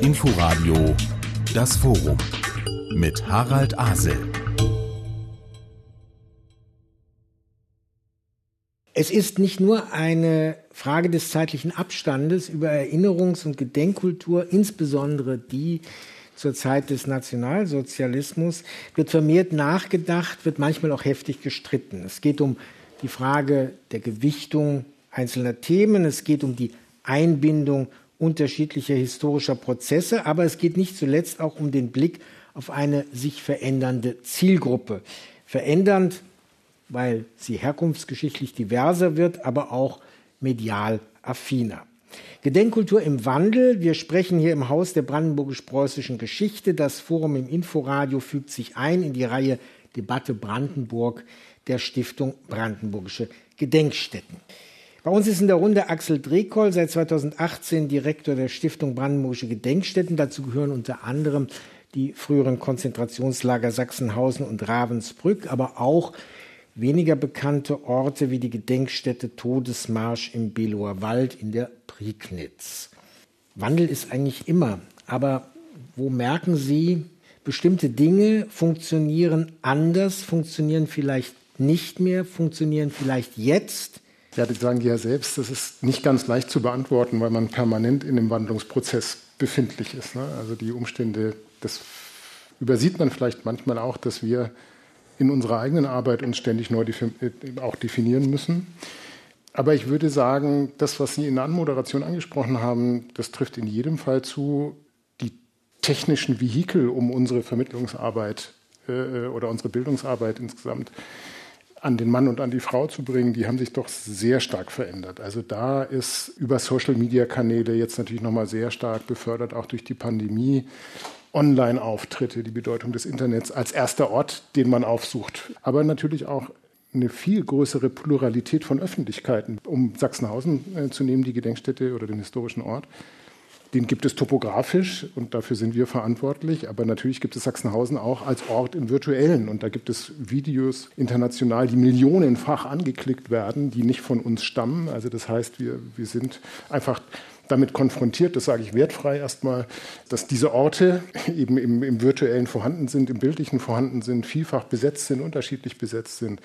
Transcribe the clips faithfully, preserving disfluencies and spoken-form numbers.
Inforadio Das Forum mit Harald Asel. Es ist nicht nur eine Frage des zeitlichen Abstandes. Über Erinnerungs- und Gedenkkultur, insbesondere die zur Zeit des Nationalsozialismus, wird vermehrt nachgedacht, wird manchmal auch heftig gestritten. Es geht um die Frage der Gewichtung einzelner Themen, es geht um die Einbindung unterschiedlicher historischer Prozesse, aber es geht nicht zuletzt auch um den Blick auf eine sich verändernde Zielgruppe. Verändernd, weil sie herkunftsgeschichtlich diverser wird, aber auch medial affiner. Gedenkkultur im Wandel. Wir sprechen hier im Haus der brandenburgisch-preußischen Geschichte. Das Forum im Inforadio fügt sich ein in die Reihe Debatte Brandenburg der Stiftung Brandenburgische Gedenkstätten. Bei uns ist in der Runde Axel Drekoll, seit zweitausendachtzehn Direktor der Stiftung Brandenburgische Gedenkstätten. Dazu gehören unter anderem die früheren Konzentrationslager Sachsenhausen und Ravensbrück, aber auch weniger bekannte Orte wie die Gedenkstätte Todesmarsch im Belower Wald in der Prignitz. Wandel ist eigentlich immer, aber wo merken Sie, bestimmte Dinge funktionieren anders, funktionieren vielleicht nicht mehr, funktionieren vielleicht jetzt? Ja, das sagen die ja selbst, das ist nicht ganz leicht zu beantworten, weil man permanent in dem Wandlungsprozess befindlich ist. Ne? Also die Umstände, das übersieht man vielleicht manchmal auch, dass wir in unserer eigenen Arbeit uns ständig neu auch definieren müssen. Aber ich würde sagen, das, was Sie in der Anmoderation angesprochen haben, das trifft in jedem Fall zu. Die technischen Vehikel, um unsere Vermittlungsarbeit äh, oder unsere Bildungsarbeit insgesamt an den Mann und an die Frau zu bringen, die haben sich doch sehr stark verändert. Also da ist über Social-Media-Kanäle jetzt natürlich nochmal sehr stark befördert, auch durch die Pandemie, Online-Auftritte, die Bedeutung des Internets als erster Ort, den man aufsucht. Aber natürlich auch eine viel größere Pluralität von Öffentlichkeiten. Um Sachsenhausen äh, zu nehmen, die Gedenkstätte oder den historischen Ort, den gibt es topografisch und dafür sind wir verantwortlich. Aber natürlich gibt es Sachsenhausen auch als Ort im Virtuellen. Und da gibt es Videos international, die millionenfach angeklickt werden, die nicht von uns stammen. Also das heißt, wir, wir sind einfach damit konfrontiert, das sage ich wertfrei erstmal, dass diese Orte eben im, im Virtuellen vorhanden sind, im Bildlichen vorhanden sind, vielfach besetzt sind, unterschiedlich besetzt sind.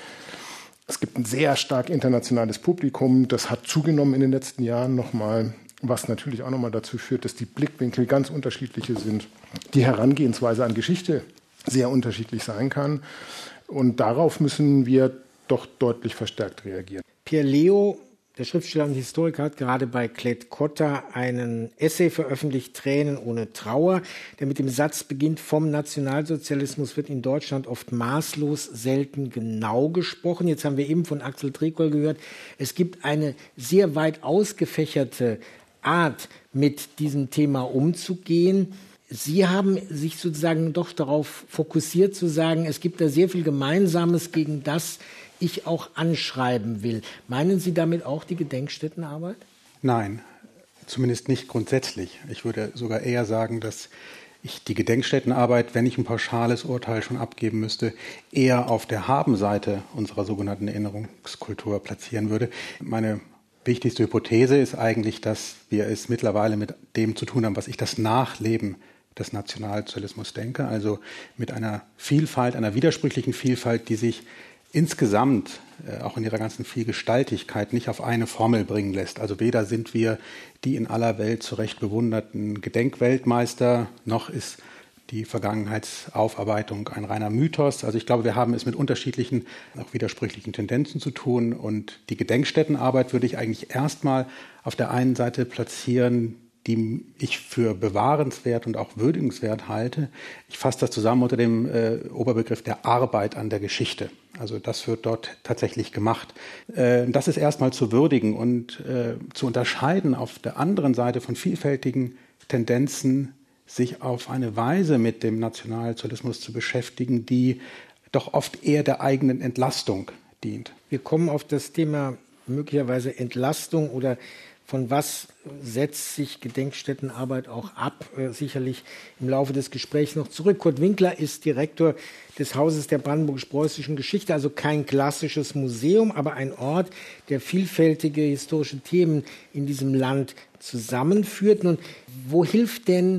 Es gibt ein sehr stark internationales Publikum, das hat zugenommen in den letzten Jahren nochmal, was natürlich auch nochmal dazu führt, dass die Blickwinkel ganz unterschiedliche sind, die Herangehensweise an Geschichte sehr unterschiedlich sein kann. Und darauf müssen wir doch deutlich verstärkt reagieren. Pierre Leo, der Schriftsteller und Historiker, hat gerade bei Klett-Cotta einen Essay veröffentlicht, Tränen ohne Trauer, der mit dem Satz beginnt: Vom Nationalsozialismus wird in Deutschland oft maßlos selten genau gesprochen. Jetzt haben wir eben von Axel Drekoll gehört, es gibt eine sehr weit ausgefächerte Art, mit diesem Thema umzugehen. Sie haben sich sozusagen doch darauf fokussiert zu sagen, es gibt da sehr viel Gemeinsames, gegen das ich auch anschreiben will. Meinen Sie damit auch die Gedenkstättenarbeit? Nein, zumindest nicht grundsätzlich. Ich würde sogar eher sagen, dass ich die Gedenkstättenarbeit, wenn ich ein pauschales Urteil schon abgeben müsste, eher auf der Habenseite unserer sogenannten Erinnerungskultur platzieren würde. Meine wichtigste Hypothese ist eigentlich, dass wir es mittlerweile mit dem zu tun haben, was ich das Nachleben des Nationalsozialismus denke, also mit einer Vielfalt, einer widersprüchlichen Vielfalt, die sich insgesamt, äh, auch in ihrer ganzen Vielgestaltigkeit, nicht auf eine Formel bringen lässt. Also weder sind wir die in aller Welt zu Recht bewunderten Gedenkweltmeister, noch ist die Vergangenheitsaufarbeitung ein reiner Mythos. Also ich glaube, wir haben es mit unterschiedlichen, auch widersprüchlichen Tendenzen zu tun. Und die Gedenkstättenarbeit würde ich eigentlich erstmal auf der einen Seite platzieren, die ich für bewahrenswert und auch würdigenswert halte. Ich fasse das zusammen unter dem äh, Oberbegriff der Arbeit an der Geschichte. Also das wird dort tatsächlich gemacht. Äh, das ist erstmal zu würdigen und äh, zu unterscheiden auf der anderen Seite von vielfältigen Tendenzen, sich auf eine Weise mit dem Nationalsozialismus zu beschäftigen, die doch oft eher der eigenen Entlastung dient. Wir kommen auf das Thema möglicherweise Entlastung oder von was setzt sich Gedenkstättenarbeit auch ab, äh, sicherlich im Laufe des Gesprächs noch zurück. Kurt Winkler ist Direktor des Hauses der brandenburgisch-preußischen Geschichte, also kein klassisches Museum, aber ein Ort, der vielfältige historische Themen in diesem Land zusammenführt. Nun, wo hilft denn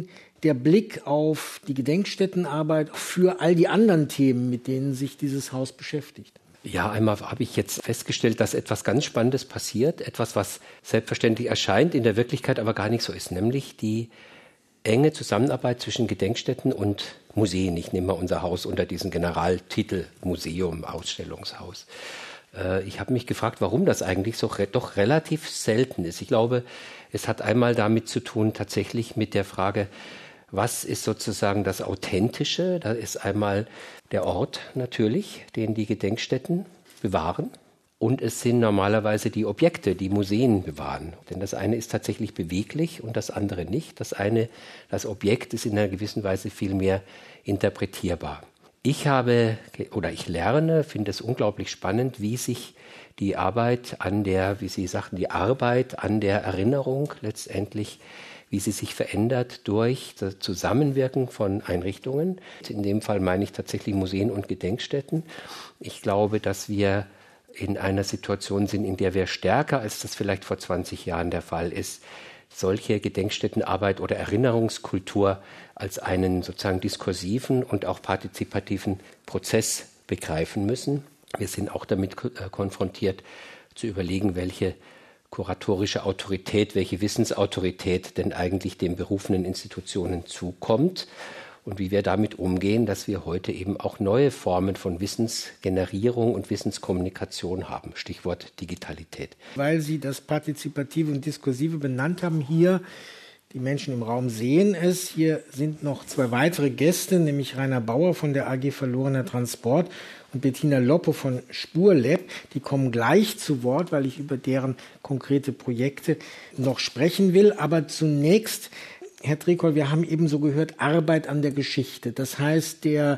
der Blick auf die Gedenkstättenarbeit für all die anderen Themen, mit denen sich dieses Haus beschäftigt? Ja, einmal habe ich jetzt festgestellt, dass etwas ganz Spannendes passiert, etwas, was selbstverständlich erscheint, in der Wirklichkeit aber gar nicht so ist, nämlich die enge Zusammenarbeit zwischen Gedenkstätten und Museen. Ich nehme mal unser Haus unter diesen Generaltitel Museum, Ausstellungshaus. Äh, ich habe mich gefragt, warum das eigentlich so re- doch relativ selten ist. Ich glaube, es hat einmal damit zu tun, tatsächlich mit der Frage, was ist sozusagen das Authentische? Da ist einmal der Ort natürlich, den die Gedenkstätten bewahren. Und es sind normalerweise die Objekte, die Museen bewahren. Denn das eine ist tatsächlich beweglich und das andere nicht. Das eine, das Objekt ist in einer gewissen Weise viel mehr interpretierbar. Ich habe oder ich lerne, finde es unglaublich spannend, wie sich die Arbeit an der, wie Sie sagten, die Arbeit an der Erinnerung letztendlich, wie sie sich verändert durch das Zusammenwirken von Einrichtungen. In dem Fall meine ich tatsächlich Museen und Gedenkstätten. Ich glaube, dass wir in einer Situation sind, in der wir stärker, als das vielleicht vor zwanzig Jahren der Fall ist, solche Gedenkstättenarbeit oder Erinnerungskultur als einen sozusagen diskursiven und auch partizipativen Prozess begreifen müssen. Wir sind auch damit konfrontiert, zu überlegen, welche kuratorische Autorität, welche Wissensautorität denn eigentlich den berufenen Institutionen zukommt und wie wir damit umgehen, dass wir heute eben auch neue Formen von Wissensgenerierung und Wissenskommunikation haben. Stichwort Digitalität. Weil Sie das Partizipative und Diskursive benannt haben, hier, die Menschen im Raum sehen es, hier sind noch zwei weitere Gäste, nämlich Rainer Bauer von der A G Verlorener Transport und Bettina Loppe von SpurLab. Die kommen gleich zu Wort, weil ich über deren konkrete Projekte noch sprechen will. Aber zunächst, Herr Trekol, wir haben eben so gehört, Arbeit an der Geschichte. Das heißt, der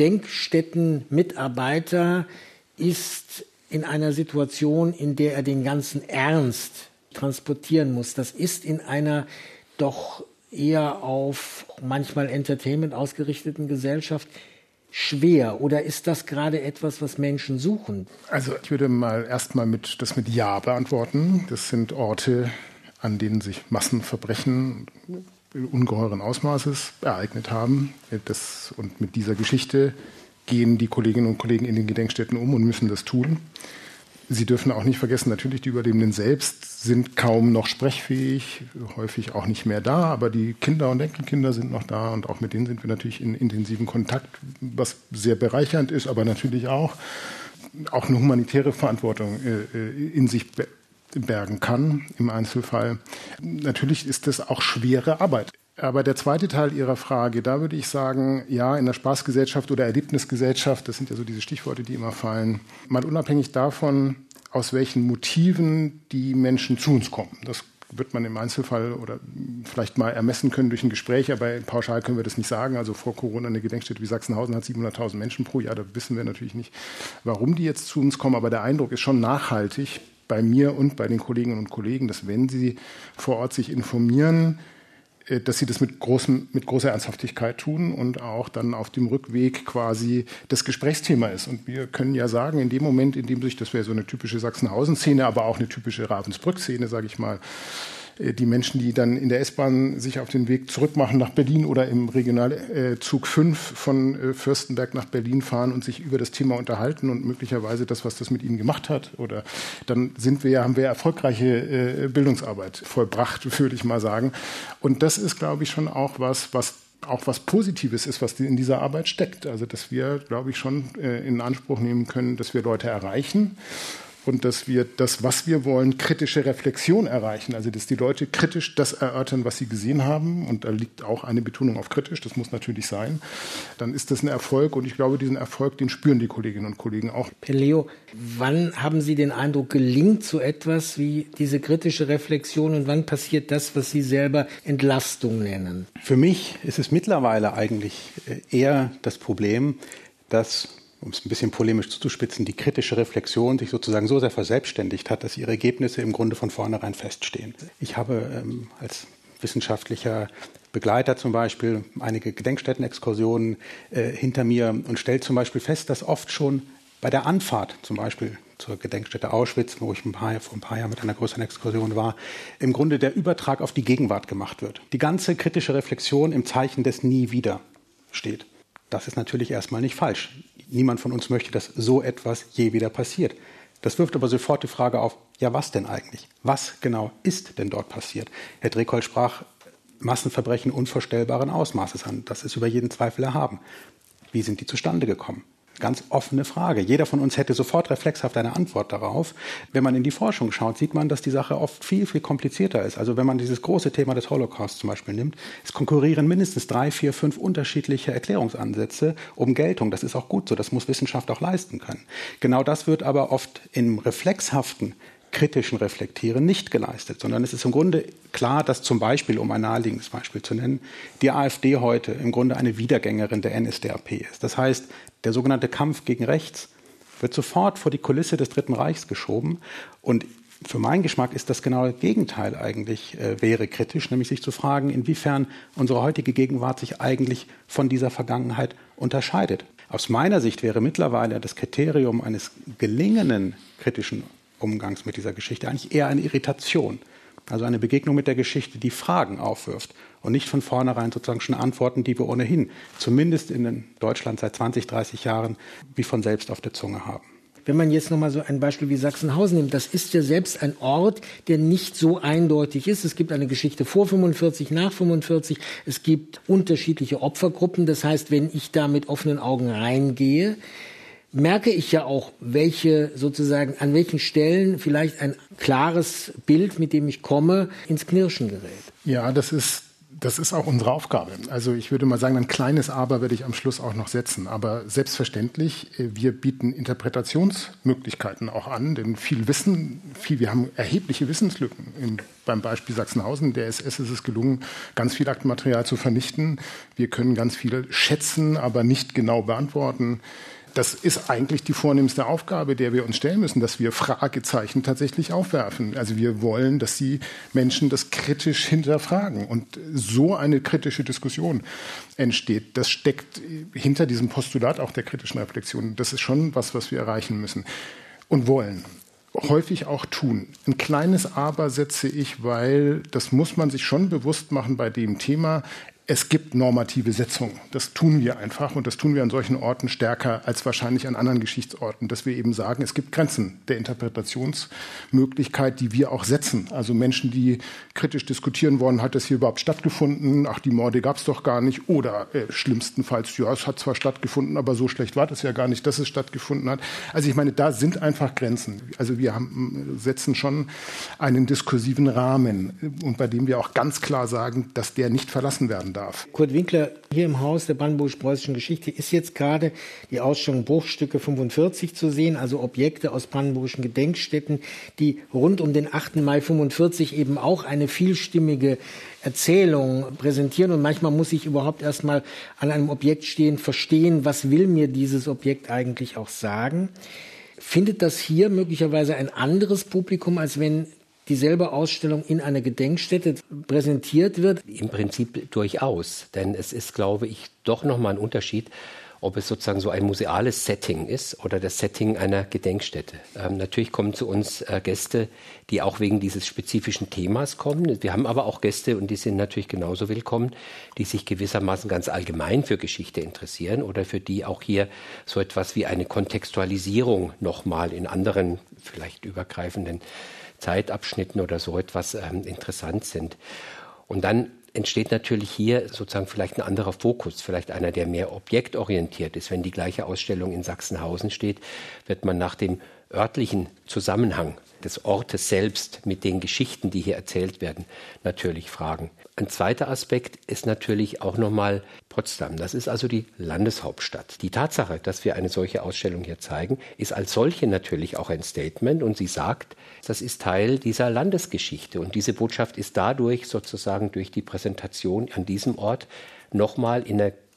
Gedenkstättenmitarbeiter ist in einer Situation, in der er den ganzen Ernst transportieren muss. Das ist in einer doch eher auf manchmal Entertainment ausgerichteten Gesellschaft schwer, oder ist das gerade etwas, was Menschen suchen? Also ich würde mal erstmal mit das mit Ja beantworten. Das sind Orte, an denen sich Massenverbrechen ungeheuren Ausmaßes ereignet haben. Das, und mit dieser Geschichte gehen die Kolleginnen und Kollegen in den Gedenkstätten um und müssen das tun. Sie dürfen auch nicht vergessen, natürlich die Überlebenden selbst sind kaum noch sprechfähig, häufig auch nicht mehr da, aber die Kinder und Enkelkinder sind noch da und auch mit denen sind wir natürlich in intensiven Kontakt, was sehr bereichernd ist, aber natürlich auch, auch eine humanitäre Verantwortung äh, in sich bergen kann im Einzelfall. Natürlich ist das auch schwere Arbeit. Aber der zweite Teil Ihrer Frage, da würde ich sagen, ja, in der Spaßgesellschaft oder Erlebnisgesellschaft, das sind ja so diese Stichworte, die immer fallen, mal unabhängig davon, aus welchen Motiven die Menschen zu uns kommen. Das wird man im Einzelfall oder vielleicht mal ermessen können durch ein Gespräch, aber pauschal können wir das nicht sagen. Also vor Corona eine Gedenkstätte wie Sachsenhausen hat siebenhunderttausend Menschen pro Jahr, da wissen wir natürlich nicht, warum die jetzt zu uns kommen, aber der Eindruck ist schon nachhaltig bei mir und bei den Kolleginnen und Kollegen, dass wenn sie vor Ort sich informieren, dass sie das mit, großem, mit großer Ernsthaftigkeit tun und auch dann auf dem Rückweg quasi das Gesprächsthema ist. Und wir können ja sagen, in dem Moment, in dem sich, das wäre so eine typische Sachsenhausen-Szene, aber auch eine typische Ravensbrück-Szene, sage ich mal, die Menschen, die dann in der S-Bahn sich auf den Weg zurückmachen nach Berlin oder im Regionalzug fünf von Fürstenberg nach Berlin fahren und sich über das Thema unterhalten und möglicherweise das, was das mit ihnen gemacht hat. Oder dann sind wir, haben wir erfolgreiche Bildungsarbeit vollbracht, würde ich mal sagen. Und das ist, glaube ich, schon auch was, was auch was Positives ist, was in dieser Arbeit steckt. Also dass wir, glaube ich, schon in Anspruch nehmen können, dass wir Leute erreichen. Und dass wir das, was wir wollen, kritische Reflexion erreichen. Also dass die Leute kritisch das erörtern, was sie gesehen haben. Und da liegt auch eine Betonung auf kritisch, das muss natürlich sein. Dann ist das ein Erfolg und ich glaube, diesen Erfolg, den spüren die Kolleginnen und Kollegen auch. Herr Leo, wann haben Sie den Eindruck, gelingt so etwas wie diese kritische Reflexion und wann passiert das, was Sie selber Entlastung nennen? Für mich ist es mittlerweile eigentlich eher das Problem, dass, um es ein bisschen polemisch zuzuspitzen, die kritische Reflexion sich sozusagen so sehr verselbstständigt hat, dass ihre Ergebnisse im Grunde von vornherein feststehen. Ich habe ähm, als wissenschaftlicher Begleiter zum Beispiel einige Gedenkstättenexkursionen äh, hinter mir und stelle zum Beispiel fest, dass oft schon bei der Anfahrt zum Beispiel zur Gedenkstätte Auschwitz, wo ich ein paar, vor ein paar Jahren mit einer größeren Exkursion war, im Grunde der Übertrag auf die Gegenwart gemacht wird. Die ganze kritische Reflexion im Zeichen des Nie wieder steht. Das ist natürlich erstmal nicht falsch. Niemand von uns möchte, dass so etwas je wieder passiert. Das wirft aber sofort die Frage auf, ja, was denn eigentlich? Was genau ist denn dort passiert? Herr Drekold sprach Massenverbrechen unvorstellbaren Ausmaßes an. Das ist über jeden Zweifel erhaben. Wie sind die zustande gekommen? Ganz offene Frage. Jeder von uns hätte sofort reflexhaft eine Antwort darauf. Wenn man in die Forschung schaut, sieht man, dass die Sache oft viel, viel komplizierter ist. Also wenn man dieses große Thema des Holocaust zum Beispiel nimmt, es konkurrieren mindestens drei, vier, fünf unterschiedliche Erklärungsansätze um Geltung. Das ist auch gut so, das muss Wissenschaft auch leisten können. Genau das wird aber oft im reflexhaften kritischen Reflektieren nicht geleistet, sondern es ist im Grunde klar, dass zum Beispiel, um ein naheliegendes Beispiel zu nennen, die AfD heute im Grunde eine Wiedergängerin der N S D A P ist. Das heißt, der sogenannte Kampf gegen rechts wird sofort vor die Kulisse des Dritten Reichs geschoben und für meinen Geschmack ist das genau das Gegenteil eigentlich, äh, wäre kritisch, nämlich sich zu fragen, inwiefern unsere heutige Gegenwart sich eigentlich von dieser Vergangenheit unterscheidet. Aus meiner Sicht wäre mittlerweile das Kriterium eines gelingenden kritischen Umgangs mit dieser Geschichte eigentlich eher eine Irritation. Also eine Begegnung mit der Geschichte, die Fragen aufwirft und nicht von vornherein sozusagen schon Antworten, die wir ohnehin, zumindest in Deutschland seit zwanzig, dreißig Jahren, wie von selbst auf der Zunge haben. Wenn man jetzt noch mal so ein Beispiel wie Sachsenhausen nimmt, das ist ja selbst ein Ort, der nicht so eindeutig ist. Es gibt eine Geschichte vor fünfundvierzig, nach fünfundvierzig. Es gibt unterschiedliche Opfergruppen. Das heißt, wenn ich da mit offenen Augen reingehe, merke ich ja auch, welche sozusagen an welchen Stellen vielleicht ein klares Bild, mit dem ich komme, ins Knirschen gerät. Ja, das ist Das ist auch unsere Aufgabe. Also ich würde mal sagen, ein kleines Aber werde ich am Schluss auch noch setzen. Aber selbstverständlich, wir bieten Interpretationsmöglichkeiten auch an, denn viel Wissen, viel, wir haben erhebliche Wissenslücken. Im, beim Beispiel Sachsenhausen, der S S ist es gelungen, ganz viel Aktenmaterial zu vernichten. Wir können ganz viel schätzen, aber nicht genau beantworten. Das ist eigentlich die vornehmste Aufgabe, der wir uns stellen müssen, dass wir Fragezeichen tatsächlich aufwerfen. Also wir wollen, dass die Menschen das kritisch hinterfragen und so eine kritische Diskussion entsteht. Das steckt hinter diesem Postulat auch der kritischen Reflexion. Das ist schon was, was wir erreichen müssen und wollen. Häufig auch tun. Ein kleines Aber setze ich, weil das muss man sich schon bewusst machen bei dem Thema. Es gibt normative Setzungen. Das tun wir einfach und das tun wir an solchen Orten stärker als wahrscheinlich an anderen Geschichtsorten, dass wir eben sagen, es gibt Grenzen der Interpretationsmöglichkeit, die wir auch setzen. Also Menschen, die kritisch diskutieren wollen, hat das hier überhaupt stattgefunden? Ach, die Morde gab es doch gar nicht. Oder äh, schlimmstenfalls, ja, es hat zwar stattgefunden, aber so schlecht war das ja gar nicht, dass es stattgefunden hat. Also ich meine, da sind einfach Grenzen. Also wir haben, setzen schon einen diskursiven Rahmen und bei dem wir auch ganz klar sagen, dass der nicht verlassen werden darf. Kurt Winkler, hier im Haus der brandenburgisch-preußischen Geschichte ist jetzt gerade die Ausstellung Bruchstücke fünfundvierzig zu sehen, also Objekte aus brandenburgischen Gedenkstätten, die rund um den achten Mai fünfundvierzig eben auch eine vielstimmige Erzählung präsentieren. Und manchmal muss ich überhaupt erst mal an einem Objekt stehen, verstehen, was will mir dieses Objekt eigentlich auch sagen. Findet das hier möglicherweise ein anderes Publikum, als wenn dieselbe Ausstellung in einer Gedenkstätte präsentiert wird? Im Prinzip durchaus, denn es ist, glaube ich, doch nochmal ein Unterschied, ob es sozusagen so ein museales Setting ist oder das Setting einer Gedenkstätte. Ähm, natürlich kommen zu uns äh, Gäste, die auch wegen dieses spezifischen Themas kommen. Wir haben aber auch Gäste, und die sind natürlich genauso willkommen, die sich gewissermaßen ganz allgemein für Geschichte interessieren oder für die auch hier so etwas wie eine Kontextualisierung nochmal in anderen, vielleicht übergreifenden Zeitabschnitten oder so etwas ähm, interessant sind. Und dann entsteht natürlich hier sozusagen vielleicht ein anderer Fokus, vielleicht einer, der mehr objektorientiert ist. Wenn die gleiche Ausstellung in Sachsenhausen steht, wird man nach dem örtlichen Zusammenhang des Ortes selbst mit den Geschichten, die hier erzählt werden, natürlich fragen. Ein zweiter Aspekt ist natürlich auch nochmal Potsdam. Das ist also die Landeshauptstadt. Die Tatsache, dass wir eine solche Ausstellung hier zeigen, ist als solche natürlich auch ein Statement. Und sie sagt, das ist Teil dieser Landesgeschichte. Und diese Botschaft ist dadurch sozusagen durch die Präsentation an diesem Ort nochmal in einer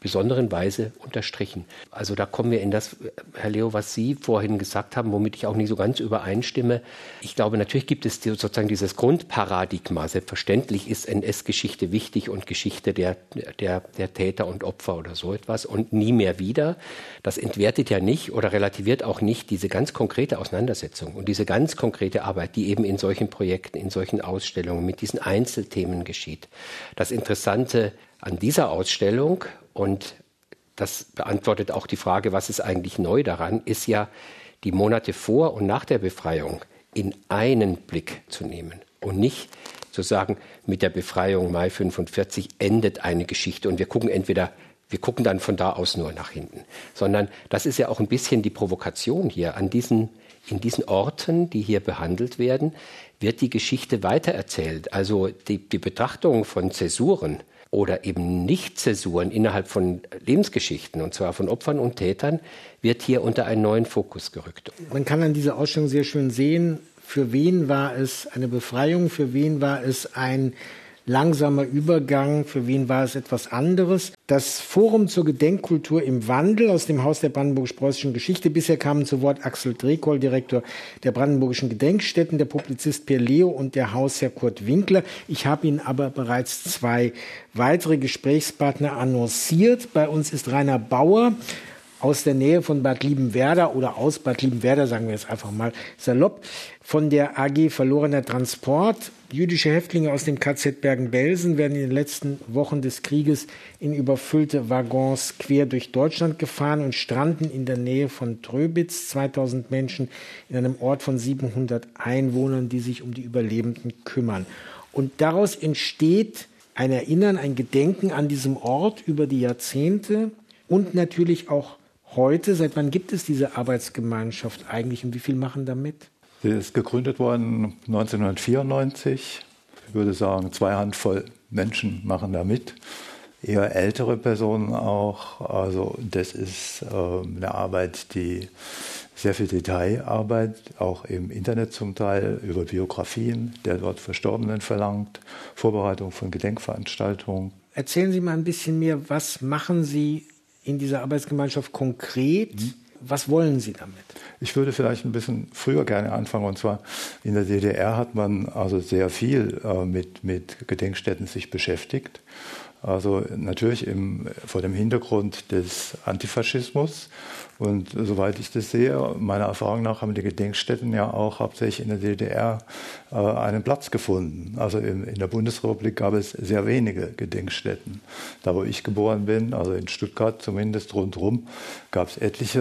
besonderen Weise unterstrichen. Also da kommen wir in das, Herr Leo, was Sie vorhin gesagt haben, womit ich auch nicht so ganz übereinstimme. Ich glaube, natürlich gibt es sozusagen dieses Grundparadigma. Selbstverständlich ist N S-Geschichte wichtig und Geschichte der, der, der Täter und Opfer oder so etwas und nie mehr wieder. Das entwertet ja nicht oder relativiert auch nicht diese ganz konkrete Auseinandersetzung und diese ganz konkrete Arbeit, die eben in solchen Projekten, in solchen Ausstellungen mit diesen Einzelthemen geschieht. Das Interessante an dieser Ausstellung, und das beantwortet auch die Frage, was ist eigentlich neu daran, ist ja, die Monate vor und nach der Befreiung in einen Blick zu nehmen und nicht zu sagen, mit der Befreiung Mai fünfundvierzig endet eine Geschichte und wir gucken entweder, wir gucken dann von da aus nur nach hinten, sondern das ist ja auch ein bisschen die Provokation hier. An diesen, in diesen Orten, die hier behandelt werden, wird die Geschichte weitererzählt. Also die, die Betrachtung von Zäsuren oder eben Nicht-Zäsuren innerhalb von Lebensgeschichten, und zwar von Opfern und Tätern, wird hier unter einen neuen Fokus gerückt. Man kann an dieser Ausstellung sehr schön sehen, für wen war es eine Befreiung, für wen war es ein langsamer Übergang, für wen war es etwas anderes. Das Forum zur Gedenkkultur im Wandel aus dem Haus der brandenburgisch-preußischen Geschichte. Bisher kamen zu Wort Axel Drekoll, Direktor der Brandenburgischen Gedenkstätten, der Publizist Per Leo und der Hausherr Kurt Winkler. Ich habe Ihnen aber bereits zwei weitere Gesprächspartner annonciert. Bei uns ist Rainer Bauer aus der Nähe von Bad Liebenwerda oder aus Bad Liebenwerda, sagen wir jetzt einfach mal salopp, von der A G Verlorener Transport. Jüdische Häftlinge aus dem K Z Bergen-Belsen werden in den letzten Wochen des Krieges in überfüllte Waggons quer durch Deutschland gefahren und stranden in der Nähe von Tröbitz. zweitausend Menschen in einem Ort von siebenhundert Einwohnern, die sich um die Überlebenden kümmern. Und daraus entsteht ein Erinnern, ein Gedenken an diesem Ort über die Jahrzehnte und natürlich auch heute. Seit wann gibt es diese Arbeitsgemeinschaft eigentlich und wie viel machen da mit? Sie ist gegründet worden neunzehnhundertvierundneunzig. Ich würde sagen, zwei Handvoll Menschen machen da mit. Eher ältere Personen auch. Also das ist äh, eine Arbeit, die sehr viel Detailarbeit, auch im Internet zum Teil, über Biografien der dort Verstorbenen verlangt, Vorbereitung von Gedenkveranstaltungen. Erzählen Sie mal ein bisschen mehr, was machen Sie in dieser Arbeitsgemeinschaft konkret? Mhm. Was wollen Sie damit? Ich würde vielleicht ein bisschen früher gerne anfangen. Und zwar in der D D R hat man also sehr viel äh, mit, mit Gedenkstätten sich beschäftigt. Also natürlich im, vor dem Hintergrund des Antifaschismus. Und soweit ich das sehe, meiner Erfahrung nach haben die Gedenkstätten ja auch hauptsächlich in der D D R äh, einen Platz gefunden. Also in, in der Bundesrepublik gab es sehr wenige Gedenkstätten. Da, wo ich geboren bin, also in Stuttgart zumindest rundherum, gab es etliche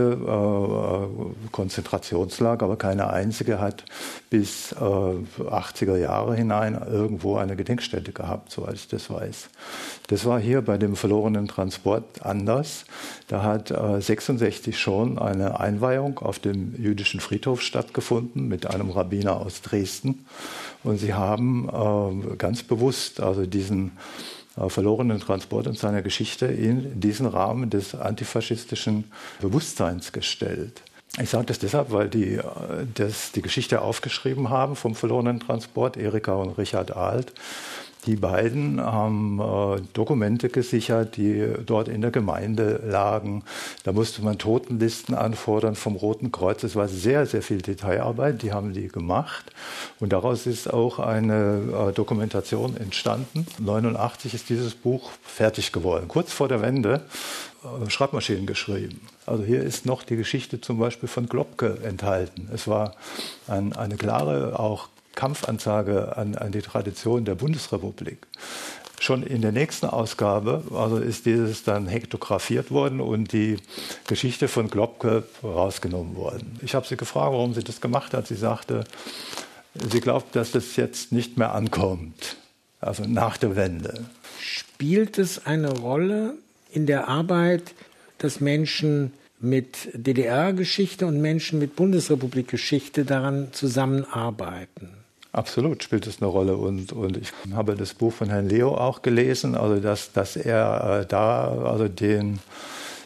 äh, Konzentrationslager, aber keine einzige hat bis äh, achtziger Jahre hinein irgendwo eine Gedenkstätte gehabt, soweit ich das weiß. Das war hier bei dem verlorenen Transport anders. Da hat äh, sechsundsechzig schon eine Einweihung auf dem jüdischen Friedhof stattgefunden mit einem Rabbiner aus Dresden. Und sie haben äh, ganz bewusst also diesen äh, verlorenen Transport und seine Geschichte in diesen Rahmen des antifaschistischen Bewusstseins gestellt. Ich sage das deshalb, weil die das, die Geschichte aufgeschrieben haben vom verlorenen Transport, Erika und Richard Ahlt. Die beiden haben äh, Dokumente gesichert, die dort in der Gemeinde lagen. Da musste man Totenlisten anfordern vom Roten Kreuz. Es war sehr, sehr viel Detailarbeit, die haben die gemacht. Und daraus ist auch eine äh, Dokumentation entstanden. neunundachtzig ist dieses Buch fertig geworden, kurz vor der Wende. Äh, Schreibmaschinen geschrieben. Also hier ist noch die Geschichte zum Beispiel von Globke enthalten. Es war ein, eine klare auch Kampfansage an, an die Tradition der Bundesrepublik. Schon in der nächsten Ausgabe also ist dieses dann hektografiert worden und die Geschichte von Globke rausgenommen worden. Ich habe sie gefragt, warum sie das gemacht hat. Sie sagte, sie glaubt, dass das jetzt nicht mehr ankommt, also nach der Wende. Spielt es eine Rolle in der Arbeit, dass Menschen mit D D R-Geschichte und Menschen mit Bundesrepublik-Geschichte daran zusammenarbeiten? Absolut spielt es eine Rolle und, und ich habe das Buch von Herrn Leo auch gelesen, also dass, dass er äh, da also den,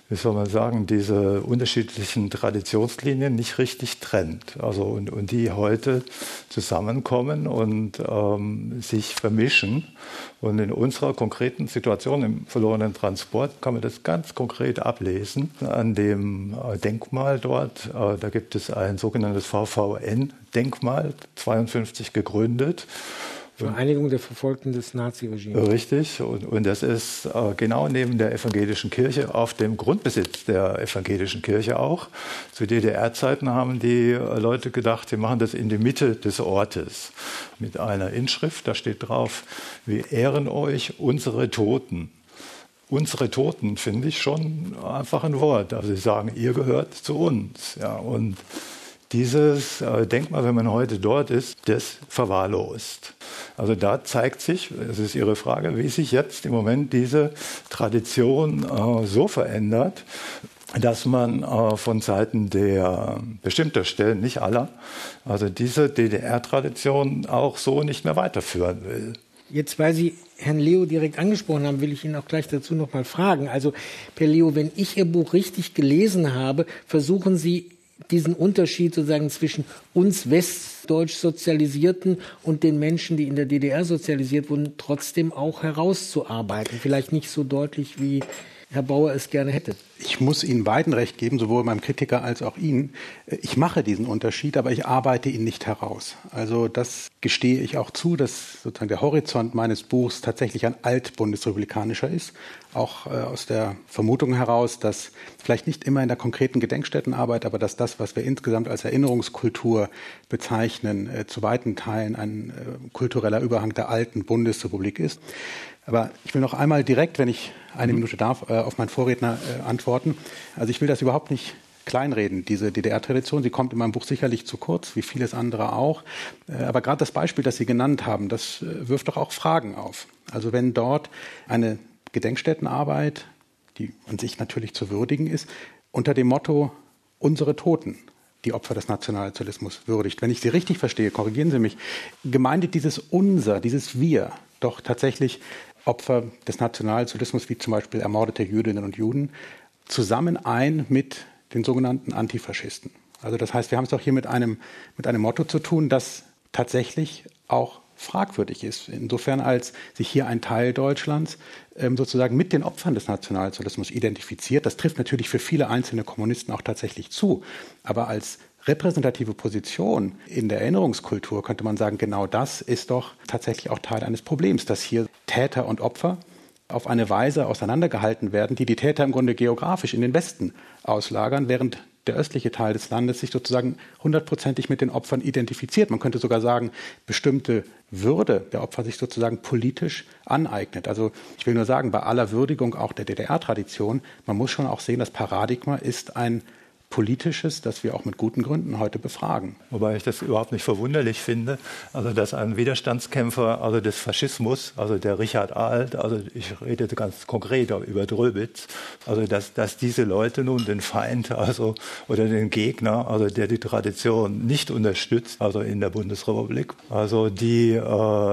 wie soll man sagen, diese unterschiedlichen Traditionslinien nicht richtig trennt. Also und, und die heute zusammenkommen und ähm, sich vermischen. Und in unserer konkreten Situation im verlorenen Transport kann man das ganz konkret ablesen. An dem äh, Denkmal dort, äh, da gibt es ein sogenanntes V V N-Denkmal, zweiundfünfzig gegründet. Vereinigung der Verfolgten des Naziregimes. Richtig, und, und das ist äh, genau neben der evangelischen Kirche, auf dem Grundbesitz der evangelischen Kirche auch. Zu D D R-Zeiten haben die äh, Leute gedacht, sie machen das in die Mitte des Ortes mit einer Inschrift, da steht drauf, wir ehren euch unsere Toten. Unsere Toten finde ich schon einfach ein Wort. Also sie sagen, ihr gehört zu uns. Ja, und dieses äh, Denkmal, wenn man heute dort ist, das verwahrlost. Also da zeigt sich, das ist Ihre Frage, wie sich jetzt im Moment diese Tradition äh, so verändert, dass man äh, von Seiten der bestimmter Stellen, nicht aller, also diese D D R-Tradition auch so nicht mehr weiterführen will. Jetzt, weil Sie Herrn Leo direkt angesprochen haben, will ich ihn auch gleich dazu noch mal fragen. Also, Per Leo, wenn ich Ihr Buch richtig gelesen habe, versuchen Sie diesen Unterschied sozusagen zwischen uns westdeutsch Sozialisierten und den Menschen, die in der D D R sozialisiert wurden, trotzdem auch herauszuarbeiten. Vielleicht nicht so deutlich, wie Herr Bauer es gerne hätte. Ich muss Ihnen beiden recht geben, sowohl meinem Kritiker als auch Ihnen. Ich mache diesen Unterschied, aber ich arbeite ihn nicht heraus. Also das gestehe ich auch zu, dass sozusagen der Horizont meines Buchs tatsächlich ein altbundesrepublikanischer ist. Auch äh, aus der Vermutung heraus, dass vielleicht nicht immer in der konkreten Gedenkstättenarbeit, aber dass das, was wir insgesamt als Erinnerungskultur bezeichnen, äh, zu weiten Teilen ein äh, kultureller Überhang der alten Bundesrepublik ist. Aber ich will noch einmal direkt, wenn ich eine Minute darf, auf meinen Vorredner antworten. Also ich will das überhaupt nicht kleinreden, diese D D R-Tradition. Sie kommt in meinem Buch sicherlich zu kurz, wie vieles andere auch. Aber gerade das Beispiel, das Sie genannt haben, das wirft doch auch Fragen auf. Also wenn dort eine Gedenkstättenarbeit, die an sich natürlich zu würdigen ist, unter dem Motto unsere Toten, die Opfer des Nationalsozialismus würdigt. Wenn ich Sie richtig verstehe, korrigieren Sie mich, gemeint ist dieses Unser, dieses Wir, doch tatsächlich Opfer des Nationalsozialismus, wie zum Beispiel ermordete Jüdinnen und Juden, zusammen ein mit den sogenannten Antifaschisten. Also das heißt, wir haben es auch hier mit einem, mit einem Motto zu tun, das tatsächlich auch fragwürdig ist. Insofern, als sich hier ein Teil Deutschlands ähm, sozusagen mit den Opfern des Nationalsozialismus identifiziert. Das trifft natürlich für viele einzelne Kommunisten auch tatsächlich zu. Aber als repräsentative Position in der Erinnerungskultur könnte man sagen, genau das ist doch tatsächlich auch Teil eines Problems, dass hier Täter und Opfer auf eine Weise auseinandergehalten werden, die die Täter im Grunde geografisch in den Westen auslagern, während der östliche Teil des Landes sich sozusagen hundertprozentig mit den Opfern identifiziert. Man könnte sogar sagen, bestimmte Würde der Opfer sich sozusagen politisch aneignet. Also ich will nur sagen, bei aller Würdigung auch der D D R-Tradition, man muss schon auch sehen, das Paradigma ist ein Politisches, das wir auch mit guten Gründen heute befragen. Wobei ich das überhaupt nicht verwunderlich finde, also dass ein Widerstandskämpfer, also des Faschismus, also der Richard Alt, also ich rede ganz konkret über Dröbitz, also dass, dass diese Leute nun den Feind, also oder den Gegner, also der die Tradition nicht unterstützt, also in der Bundesrepublik, also die äh,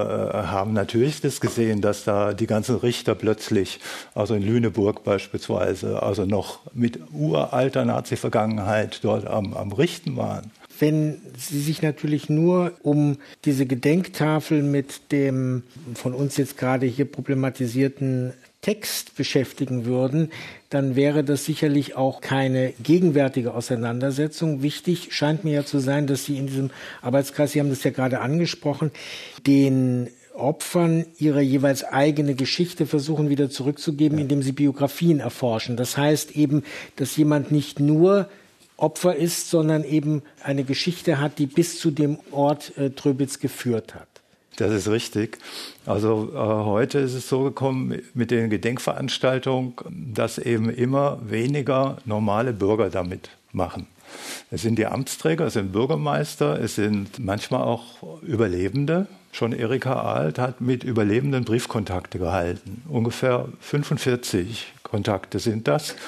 haben natürlich das gesehen, dass da die ganzen Richter plötzlich, also in Lüneburg beispielsweise, also noch mit uralter Nazi-Vergangenheit dort am, am Richten waren. Wenn Sie sich natürlich nur um diese Gedenktafel mit dem von uns jetzt gerade hier problematisierten Text beschäftigen würden, dann wäre das sicherlich auch keine gegenwärtige Auseinandersetzung. Wichtig scheint mir ja zu sein, dass Sie in diesem Arbeitskreis, Sie haben das ja gerade angesprochen, den Opfern ihre jeweils eigene Geschichte versuchen wieder zurückzugeben, indem sie Biografien erforschen. Das heißt eben, dass jemand nicht nur Opfer ist, sondern eben eine Geschichte hat, die bis zu dem Ort äh, Dröbitz geführt hat. Das ist richtig. Also äh, heute ist es so gekommen mit den Gedenkveranstaltungen, dass eben immer weniger normale Bürger damit machen. Es sind die Amtsträger, es sind Bürgermeister, es sind manchmal auch Überlebende. Schon Erika Alt hat mit Überlebenden Briefkontakte gehalten. Ungefähr fünfundvierzig Kontakte sind das.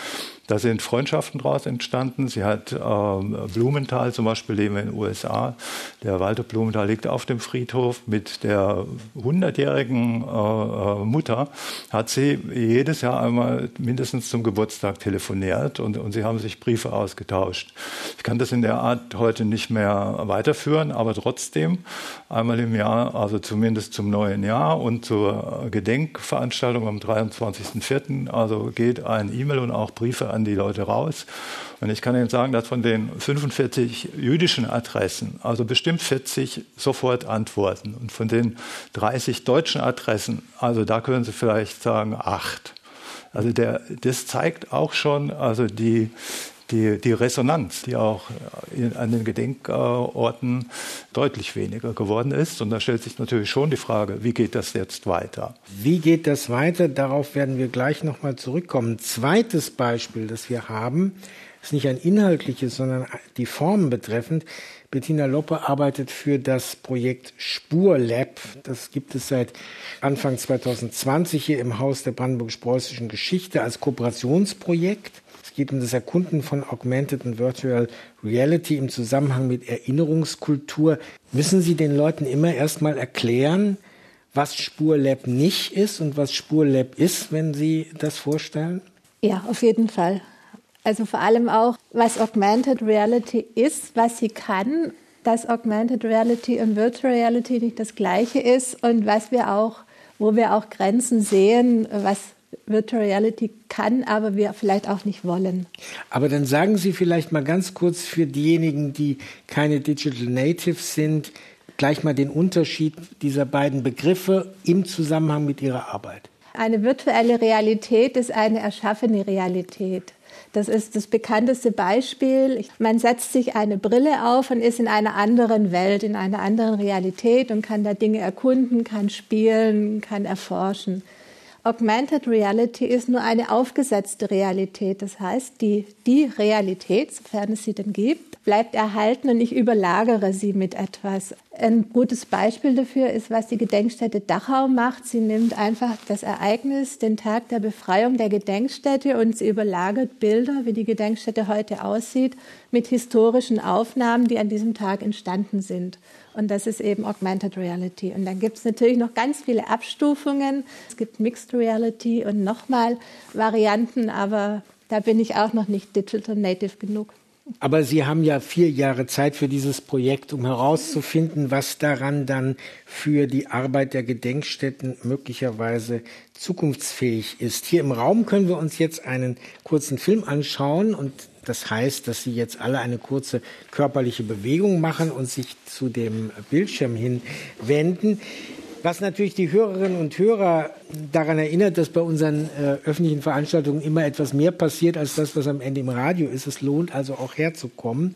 Da sind Freundschaften daraus entstanden. Sie hat äh, Blumenthal zum Beispiel, leben wir in den U S A. Der Walter Blumenthal liegt auf dem Friedhof. Mit der hundertjährigen äh, Mutter hat sie jedes Jahr einmal mindestens zum Geburtstag telefoniert und, und sie haben sich Briefe ausgetauscht. Ich kann das in der Art heute nicht mehr weiterführen, aber trotzdem einmal im Jahr, also zumindest zum neuen Jahr und zur Gedenkveranstaltung am dreiundzwanzigsten vierten also geht ein E-Mail und auch Briefe an die Leute raus. Und ich kann Ihnen sagen, dass von den fünfundvierzig jüdischen Adressen, also bestimmt vierzig sofort antworten. Und von den dreißig deutschen Adressen, also da können Sie vielleicht sagen acht. Also der, das zeigt auch schon also die, die, die Resonanz, die auch in, an den Gedenkorten deutlich weniger geworden ist. Und da stellt sich natürlich schon die Frage, wie geht das jetzt weiter? Wie geht das weiter? Darauf werden wir gleich nochmal zurückkommen. Zweites Beispiel, das wir haben, ist nicht ein inhaltliches, sondern die Formen betreffend. Bettina Loppe arbeitet für das Projekt SpurLab. Das gibt es seit Anfang zwanzig zwanzig hier im Haus der Brandenburgisch-Preußischen Geschichte als Kooperationsprojekt. Es geht um das Erkunden von Augmented und Virtual Reality im Zusammenhang mit Erinnerungskultur. Müssen Sie den Leuten immer erstmal erklären, was SpurLab nicht ist und was SpurLab ist, wenn Sie das vorstellen? Ja, auf jeden Fall. Also vor allem auch, was Augmented Reality ist, was sie kann, dass Augmented Reality und Virtual Reality nicht das Gleiche ist und was wir auch, wo wir auch Grenzen sehen, was Virtual Reality kann, aber wir vielleicht auch nicht wollen. Aber dann sagen Sie vielleicht mal ganz kurz für diejenigen, die keine Digital Natives sind, gleich mal den Unterschied dieser beiden Begriffe im Zusammenhang mit Ihrer Arbeit. Eine virtuelle Realität ist eine erschaffene Realität. Das ist das bekannteste Beispiel. Man setzt sich eine Brille auf und ist in einer anderen Welt, in einer anderen Realität und kann da Dinge erkunden, kann spielen, kann erforschen. Augmented Reality ist nur eine aufgesetzte Realität. Das heißt, die, die Realität, sofern es sie denn gibt, bleibt erhalten und ich überlagere sie mit etwas. Ein gutes Beispiel dafür ist, was die Gedenkstätte Dachau macht. Sie nimmt einfach das Ereignis, den Tag der Befreiung der Gedenkstätte, und sie überlagert Bilder, wie die Gedenkstätte heute aussieht, mit historischen Aufnahmen, die an diesem Tag entstanden sind. Und das ist eben Augmented Reality. Und dann gibt es natürlich noch ganz viele Abstufungen. Es gibt Mixed Reality und nochmal Varianten, aber da bin ich auch noch nicht Digital Native genug. Aber Sie haben ja vier Jahre Zeit für dieses Projekt, um herauszufinden, was daran dann für die Arbeit der Gedenkstätten möglicherweise zukunftsfähig ist. Hier im Raum können wir uns jetzt einen kurzen Film anschauen, und das heißt, dass Sie jetzt alle eine kurze körperliche Bewegung machen und sich zu dem Bildschirm hinwenden. Was natürlich die Hörerinnen und Hörer daran erinnert, dass bei unseren äh, öffentlichen Veranstaltungen immer etwas mehr passiert als das, was am Ende im Radio ist. Es lohnt also auch herzukommen.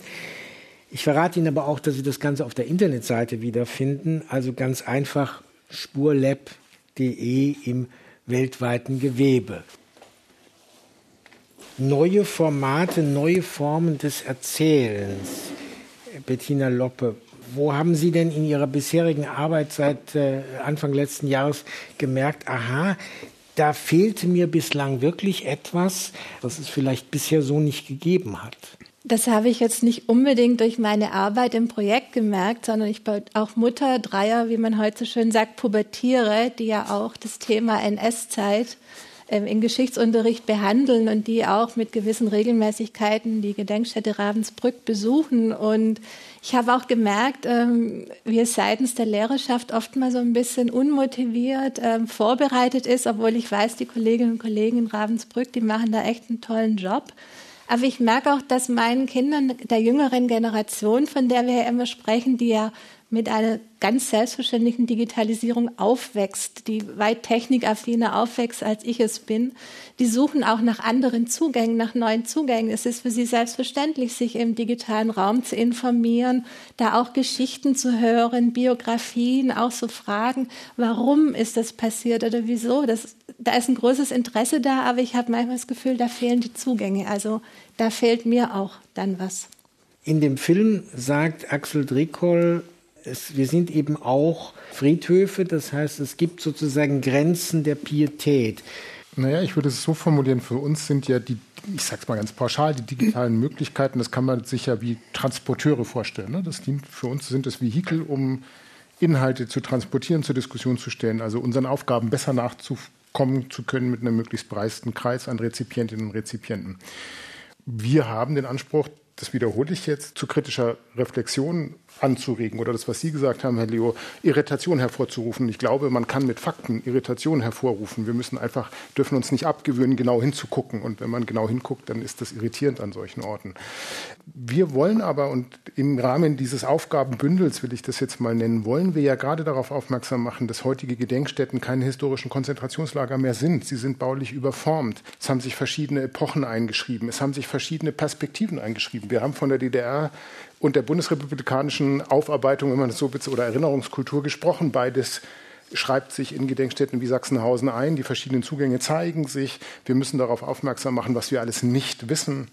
Ich verrate Ihnen aber auch, dass Sie das Ganze auf der Internetseite wiederfinden. Also ganz einfach spurlab punkt de im weltweiten Gewebe. Neue Formate, neue Formen des Erzählens. Bettina Loppe, wo haben Sie denn in Ihrer bisherigen Arbeit seit äh, Anfang letzten Jahres gemerkt, aha, da fehlte mir bislang wirklich etwas, was es vielleicht bisher so nicht gegeben hat? Das habe ich jetzt nicht unbedingt durch meine Arbeit im Projekt gemerkt, sondern ich bin auch Mutter dreier, wie man heute so schön sagt, Pubertiere, die ja auch das Thema N S-Zeit im Geschichtsunterricht behandeln und die auch mit gewissen Regelmäßigkeiten die Gedenkstätte Ravensbrück besuchen. Und ich habe auch gemerkt, ähm, wie es seitens der Lehrerschaft oft mal so ein bisschen unmotiviert ähm, vorbereitet ist, obwohl ich weiß, die Kolleginnen und Kollegen in Ravensbrück, die machen da echt einen tollen Job. Aber ich merke auch, dass meinen Kindern der jüngeren Generation, von der wir ja immer sprechen, die ja mit einer ganz selbstverständlichen Digitalisierung aufwächst, die weit technikaffiner aufwächst, als ich es bin, die suchen auch nach anderen Zugängen, nach neuen Zugängen. Es ist für sie selbstverständlich, sich im digitalen Raum zu informieren, da auch Geschichten zu hören, Biografien, auch so Fragen, warum ist das passiert oder wieso. Das, da ist ein großes Interesse da, aber ich habe manchmal das Gefühl, da fehlen die Zugänge. Also da fehlt mir auch dann was. In dem Film sagt Axel Driekoll, Es, wir sind eben auch Friedhöfe, das heißt, es gibt sozusagen Grenzen der Pietät. Naja, ich würde es so formulieren, für uns sind ja die ich sage es mal ganz pauschal, die digitalen Möglichkeiten, das kann man sich ja wie Transporteure vorstellen. Ne? Das dient, für uns sind es Vehikel, um Inhalte zu transportieren, zur Diskussion zu stellen, also unseren Aufgaben besser nachzukommen zu können mit einem möglichst breiten Kreis an Rezipientinnen und Rezipienten. Wir haben den Anspruch, das wiederhole ich jetzt, zu kritischer Reflexion anzuregen oder das, was Sie gesagt haben, Herr Leo, Irritation hervorzurufen. Ich glaube, man kann mit Fakten Irritation hervorrufen. Wir müssen einfach, dürfen uns nicht abgewöhnen, genau hinzugucken. Und wenn man genau hinguckt, dann ist das irritierend an solchen Orten. Wir wollen aber, und im Rahmen dieses Aufgabenbündels, will ich das jetzt mal nennen, wollen wir ja gerade darauf aufmerksam machen, dass heutige Gedenkstätten keine historischen Konzentrationslager mehr sind. Sie sind baulich überformt. Es haben sich verschiedene Epochen eingeschrieben. Es haben sich verschiedene Perspektiven eingeschrieben. Wir haben von der D D R und der bundesrepublikanischen Aufarbeitung, wenn man das so bezeichnet, oder Erinnerungskultur gesprochen. Beides schreibt sich in Gedenkstätten wie Sachsenhausen ein. Die verschiedenen Zugänge zeigen sich. Wir müssen darauf aufmerksam machen, was wir alles nicht wissen.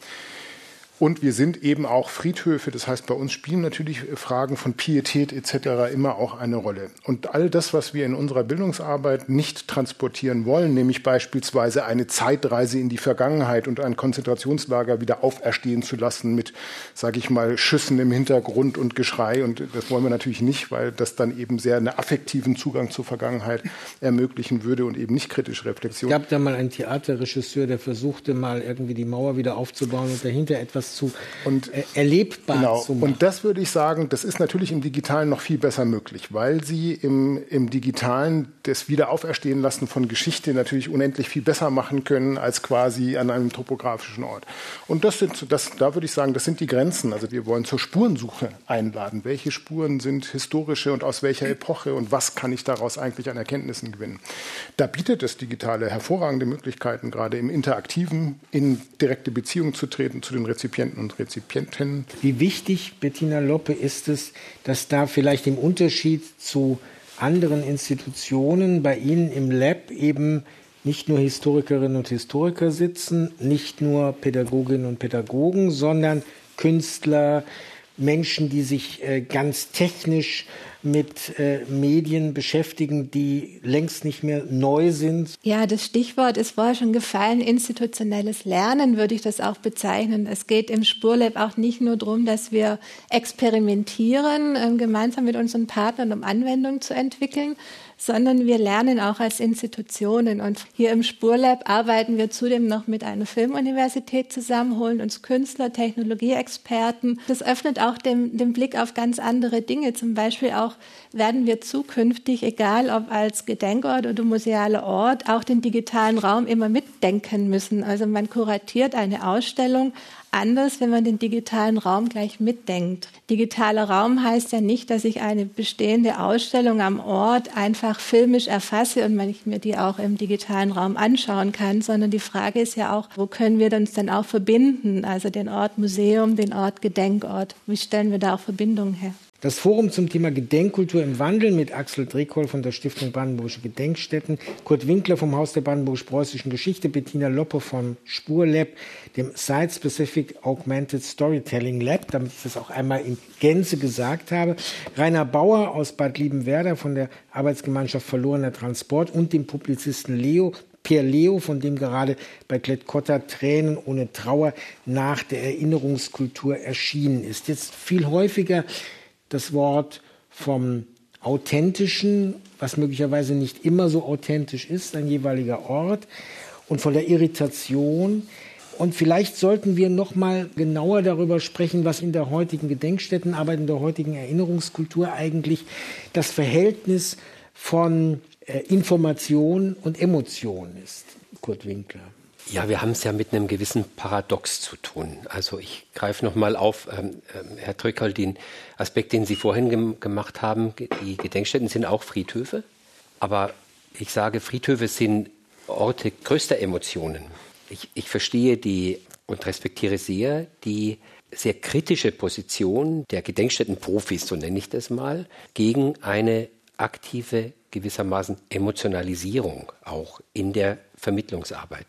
Und wir sind eben auch Friedhöfe, das heißt, bei uns spielen natürlich Fragen von Pietät et cetera immer auch eine Rolle. Und all das, was wir in unserer Bildungsarbeit nicht transportieren wollen, nämlich beispielsweise eine Zeitreise in die Vergangenheit und ein Konzentrationslager wieder auferstehen zu lassen mit, sage ich mal, Schüssen im Hintergrund und Geschrei. Und das wollen wir natürlich nicht, weil das dann eben sehr einen affektiven Zugang zur Vergangenheit ermöglichen würde und eben nicht kritische Reflexion. Es gab da mal einen Theaterregisseur, der versuchte mal irgendwie die Mauer wieder aufzubauen und dahinter etwas zu und, äh, erlebbar genau. zu machen. Und das würde ich sagen, das ist natürlich im Digitalen noch viel besser möglich, weil Sie im, im Digitalen das Wiederauferstehen lassen von Geschichte natürlich unendlich viel besser machen können als quasi an einem topografischen Ort. Und das sind, das, da würde ich sagen, das sind die Grenzen. Also wir wollen zur Spurensuche einladen. Welche Spuren sind historische und aus welcher Epoche und was kann ich daraus eigentlich an Erkenntnissen gewinnen? Da bietet das Digitale hervorragende Möglichkeiten, gerade im Interaktiven in direkte Beziehung zu treten zu den Rezipienten und Rezipientinnen. Wie wichtig, Bettina Loppe, ist es, dass da vielleicht im Unterschied zu anderen Institutionen bei Ihnen im Lab eben nicht nur Historikerinnen und Historiker sitzen, nicht nur Pädagoginnen und Pädagogen, sondern Künstler, Menschen, die sich äh, ganz technisch mit äh, Medien beschäftigen, die längst nicht mehr neu sind. Ja, das Stichwort ist vorher schon gefallen. Institutionelles Lernen würde ich das auch bezeichnen. Es geht im Spurlab auch nicht nur darum, dass wir experimentieren, äh, gemeinsam mit unseren Partnern, um Anwendungen zu entwickeln, sondern wir lernen auch als Institutionen. Und hier im Spurlab arbeiten wir zudem noch mit einer Filmuniversität zusammen, holen uns Künstler, Technologieexperten. Das öffnet auch den, den Blick auf ganz andere Dinge. Zum Beispiel auch werden wir zukünftig, egal ob als Gedenkort oder musealer Ort, auch den digitalen Raum immer mitdenken müssen. Also man kuratiert eine Ausstellung anders, wenn man den digitalen Raum gleich mitdenkt. Digitaler Raum heißt ja nicht, dass ich eine bestehende Ausstellung am Ort einfach filmisch erfasse und man mir die auch im digitalen Raum anschauen kann, sondern die Frage ist ja auch, wo können wir uns denn auch verbinden? Also den Ort Museum, den Ort Gedenkort. Wie stellen wir da auch Verbindungen her? Das Forum zum Thema Gedenkkultur im Wandel mit Axel Drekoll von der Stiftung Brandenburgische Gedenkstätten, Kurt Winkler vom Haus der Brandenburgisch-Preußischen Geschichte, Bettina Loppe vom Spurlab, dem Site-Specific Augmented Storytelling Lab, damit ich das auch einmal in Gänze gesagt habe, Rainer Bauer aus Bad Liebenwerda von der Arbeitsgemeinschaft Verlorener Transport und dem Publizisten Leo Per Leo, von dem gerade bei Klett-Cotta Tränen ohne Trauer nach der Erinnerungskultur erschienen ist. Jetzt viel häufiger das Wort vom Authentischen, was möglicherweise nicht immer so authentisch ist, ein jeweiliger Ort, und von der Irritation. Und vielleicht sollten wir noch mal genauer darüber sprechen, was in der heutigen Gedenkstättenarbeit, in der heutigen Erinnerungskultur eigentlich das Verhältnis von äh, Information und Emotion ist. Kurt Winkler. Ja, wir haben es ja mit einem gewissen Paradox zu tun. Also ich greife noch mal auf, ähm, Herr Drekoll, den Aspekt, den Sie vorhin gem- gemacht haben. Die Gedenkstätten sind auch Friedhöfe. Aber ich sage, Friedhöfe sind Orte größter Emotionen. Ich, ich verstehe die und respektiere sehr die sehr kritische Position der Gedenkstättenprofis, so nenne ich das mal, gegen eine aktive, gewissermaßen Emotionalisierung auch in der Vermittlungsarbeit.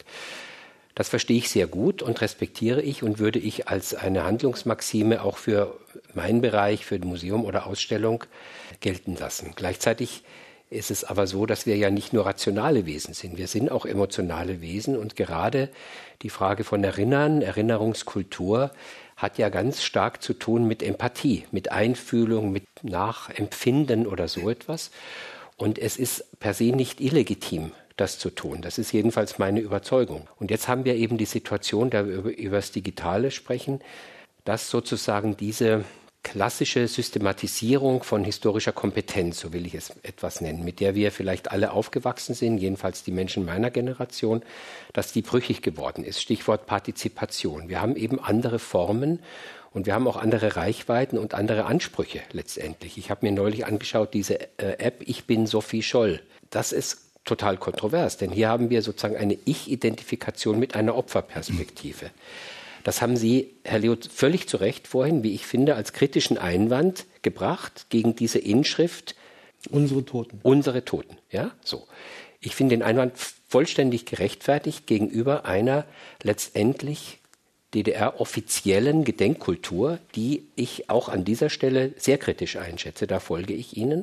Das verstehe ich sehr gut und respektiere ich und würde ich als eine Handlungsmaxime auch für meinen Bereich, für ein Museum oder Ausstellung gelten lassen. Gleichzeitig ist es aber so, dass wir ja nicht nur rationale Wesen sind, wir sind auch emotionale Wesen und gerade die Frage von Erinnern, Erinnerungskultur hat ja ganz stark zu tun mit Empathie, mit Einfühlung, mit Nachempfinden oder so etwas. Und es ist per se nicht illegitim, das zu tun. Das ist jedenfalls meine Überzeugung. Und jetzt haben wir eben die Situation, da wir über, über das Digitale sprechen, dass sozusagen diese klassische Systematisierung von historischer Kompetenz, so will ich es etwas nennen, mit der wir vielleicht alle aufgewachsen sind, jedenfalls die Menschen meiner Generation, dass die brüchig geworden ist. Stichwort Partizipation. Wir haben eben andere Formen und wir haben auch andere Reichweiten und andere Ansprüche letztendlich. Ich habe mir neulich angeschaut, diese äh, App Ich bin Sophie Scholl. Das ist total kontrovers, denn hier haben wir sozusagen eine Ich-Identifikation mit einer Opferperspektive. Das haben Sie, Herr Leo, völlig zu Recht vorhin, wie ich finde, als kritischen Einwand gebracht gegen diese Inschrift. Unsere Toten. Unsere Toten, ja, so. Ich finde den Einwand vollständig gerechtfertigt gegenüber einer letztendlich D D R-offiziellen Gedenkkultur, die ich auch an dieser Stelle sehr kritisch einschätze. Da folge ich Ihnen.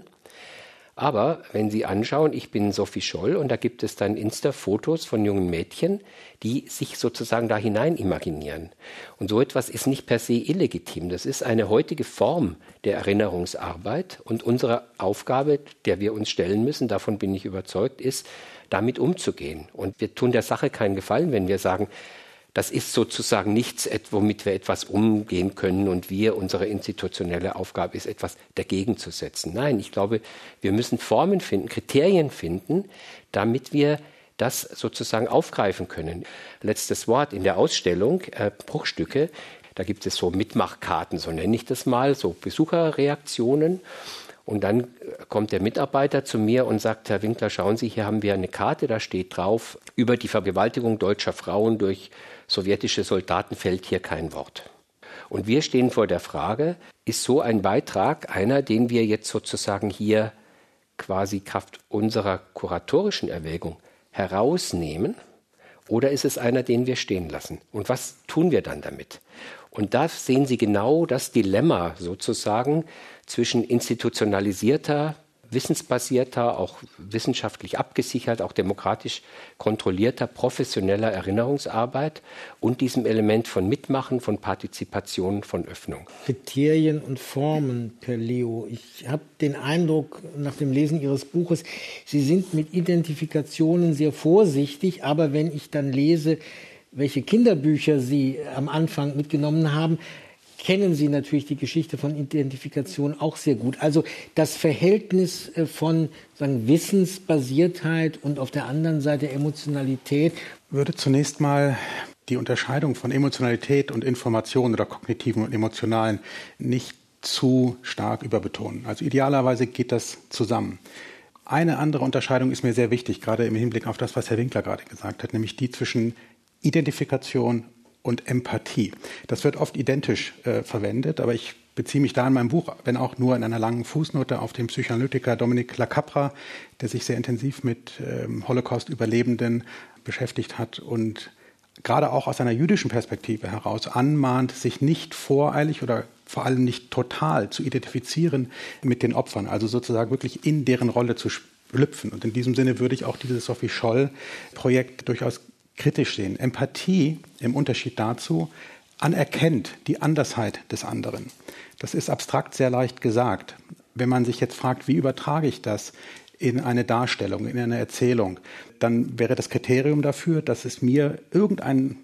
Aber wenn Sie anschauen, ich bin Sophie Scholl und da gibt es dann Insta-Fotos von jungen Mädchen, die sich sozusagen da hinein imaginieren. Und so etwas ist nicht per se illegitim. Das ist eine heutige Form der Erinnerungsarbeit und unsere Aufgabe, der wir uns stellen müssen, davon bin ich überzeugt, ist, damit umzugehen. Und wir tun der Sache keinen Gefallen, wenn wir sagen, das ist sozusagen nichts, womit wir etwas umgehen können und wir, unsere institutionelle Aufgabe ist, etwas dagegen zu setzen. Nein, ich glaube, wir müssen Formen finden, Kriterien finden, damit wir das sozusagen aufgreifen können. Letztes Wort in der Ausstellung, äh, Bruchstücke, da gibt es so Mitmachkarten, so nenne ich das mal, so Besucherreaktionen. Und dann kommt der Mitarbeiter zu mir und sagt, Herr Winkler, schauen Sie, hier haben wir eine Karte, da steht drauf, über die Vergewaltigung deutscher Frauen durch sowjetische Soldaten fällt hier kein Wort. Und wir stehen vor der Frage, ist so ein Beitrag einer, den wir jetzt sozusagen hier quasi Kraft unserer kuratorischen Erwägung herausnehmen, oder ist es einer, den wir stehen lassen? Und was tun wir dann damit? Und da sehen Sie genau das Dilemma sozusagen zwischen institutionalisierter, wissensbasierter, auch wissenschaftlich abgesichert, auch demokratisch kontrollierter, professioneller Erinnerungsarbeit und diesem Element von Mitmachen, von Partizipation, von Öffnung. Kriterien und Formen, Herr Leo. Ich habe den Eindruck, nach dem Lesen Ihres Buches, Sie sind mit Identifikationen sehr vorsichtig, aber wenn ich dann lese, welche Kinderbücher Sie am Anfang mitgenommen haben, kennen Sie natürlich die Geschichte von Identifikation auch sehr gut. Also das Verhältnis von sagen, Wissensbasiertheit und auf der anderen Seite Emotionalität. Ich würde zunächst mal die Unterscheidung von Emotionalität und Information oder kognitiven und emotionalen nicht zu stark überbetonen. Also idealerweise geht das zusammen. Eine andere Unterscheidung ist mir sehr wichtig, gerade im Hinblick auf das, was Herr Winkler gerade gesagt hat, nämlich die zwischen Identifikation und Empathie. Das wird oft identisch äh, verwendet, aber ich beziehe mich da in meinem Buch, wenn auch nur in einer langen Fußnote, auf den Psychoanalytiker Dominique Lacapra, der sich sehr intensiv mit ähm, Holocaust-Überlebenden beschäftigt hat und gerade auch aus einer jüdischen Perspektive heraus anmahnt, sich nicht voreilig oder vor allem nicht total zu identifizieren mit den Opfern, also sozusagen wirklich in deren Rolle zu schlüpfen. Und in diesem Sinne würde ich auch dieses Sophie Scholl-Projekt durchaus kritisch sehen. Empathie im Unterschied dazu anerkennt die Andersheit des anderen. Das ist abstrakt sehr leicht gesagt. Wenn man sich jetzt fragt, wie übertrage ich das in eine Darstellung, in eine Erzählung, dann wäre das Kriterium dafür, dass es mir irgendein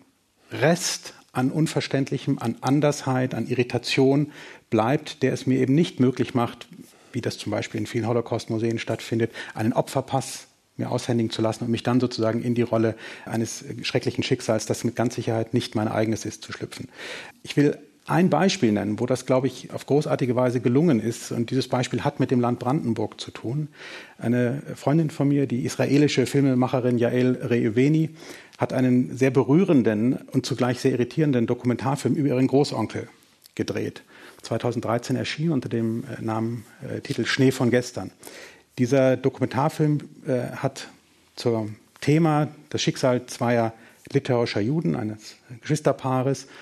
Rest an Unverständlichem, an Andersheit, an Irritation bleibt, der es mir eben nicht möglich macht, wie das zum Beispiel in vielen Holocaust-Museen stattfindet, einen Opferpass mir aushändigen zu lassen und mich dann sozusagen in die Rolle eines schrecklichen Schicksals, das mit ganz Sicherheit nicht mein eigenes ist, zu schlüpfen. Ich will ein Beispiel nennen, wo das, glaube ich, auf großartige Weise gelungen ist. Und dieses Beispiel hat mit dem Land Brandenburg zu tun. Eine Freundin von mir, die israelische Filmemacherin Yael Reuveni, hat einen sehr berührenden und zugleich sehr irritierenden Dokumentarfilm über ihren Großonkel gedreht. zweitausenddreizehn erschien unter dem Namen, äh, Titel Schnee von gestern. Dieser Dokumentarfilm äh, hat zum Thema das Schicksal zweier litauischer Juden, eines Geschwisterpaares,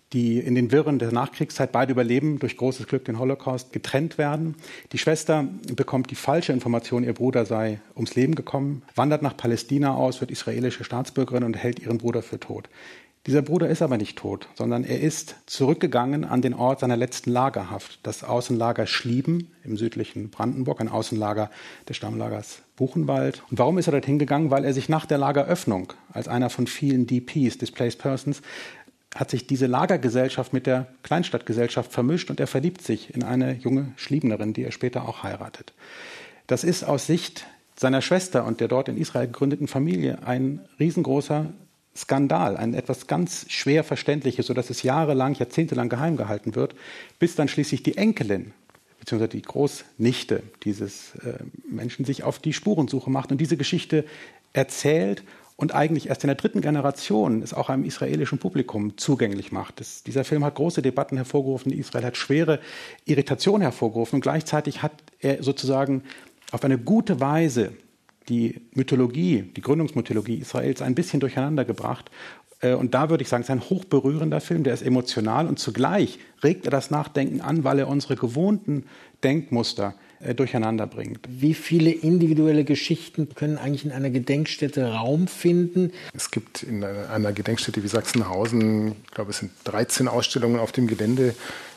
die in den Wirren der Nachkriegszeit beide überleben, durch großes Glück den Holocaust, getrennt werden. Die Schwester bekommt die falsche Information, ihr Bruder sei ums Leben gekommen, wandert nach Palästina aus, wird israelische Staatsbürgerin und hält ihren Bruder für tot. Dieser Bruder ist aber nicht tot, sondern er ist zurückgegangen an den Ort seiner letzten Lagerhaft, das Außenlager Schlieben im südlichen Brandenburg, ein Außenlager des Stammlagers Buchenwald. Und warum ist er dorthin gegangen? Weil er sich nach der Lageröffnung, als einer von vielen D Ps, Displaced Persons, hat sich diese Lagergesellschaft mit der Kleinstadtgesellschaft vermischt und er verliebt sich in eine junge Schliebenerin, die er später auch heiratet. Das ist aus Sicht seiner Schwester und der dort in Israel gegründeten Familie ein riesengroßer Skandal, ein etwas ganz schwer Verständliches, sodass es jahrelang, jahrzehntelang geheim gehalten wird, bis dann schließlich die Enkelin bzw. die Großnichte dieses äh, Menschen sich auf die Spurensuche macht und diese Geschichte erzählt und eigentlich erst in der dritten Generation es auch einem israelischen Publikum zugänglich macht. Das, dieser Film hat große Debatten hervorgerufen, Israel hat schwere Irritation hervorgerufen und gleichzeitig hat er sozusagen auf eine gute Weise die Mythologie, die Gründungsmythologie Israels ein bisschen durcheinander gebracht. Und da würde ich sagen, es ist ein hochberührender Film, der ist emotional und zugleich regt er das Nachdenken an, weil er unsere gewohnten Denkmuster äh, durcheinander bringt. Wie viele individuelle Geschichten können eigentlich in einer Gedenkstätte Raum finden? Es gibt in einer, einer Gedenkstätte wie Sachsenhausen, ich glaube, es sind dreizehn Ausstellungen auf dem Gelände,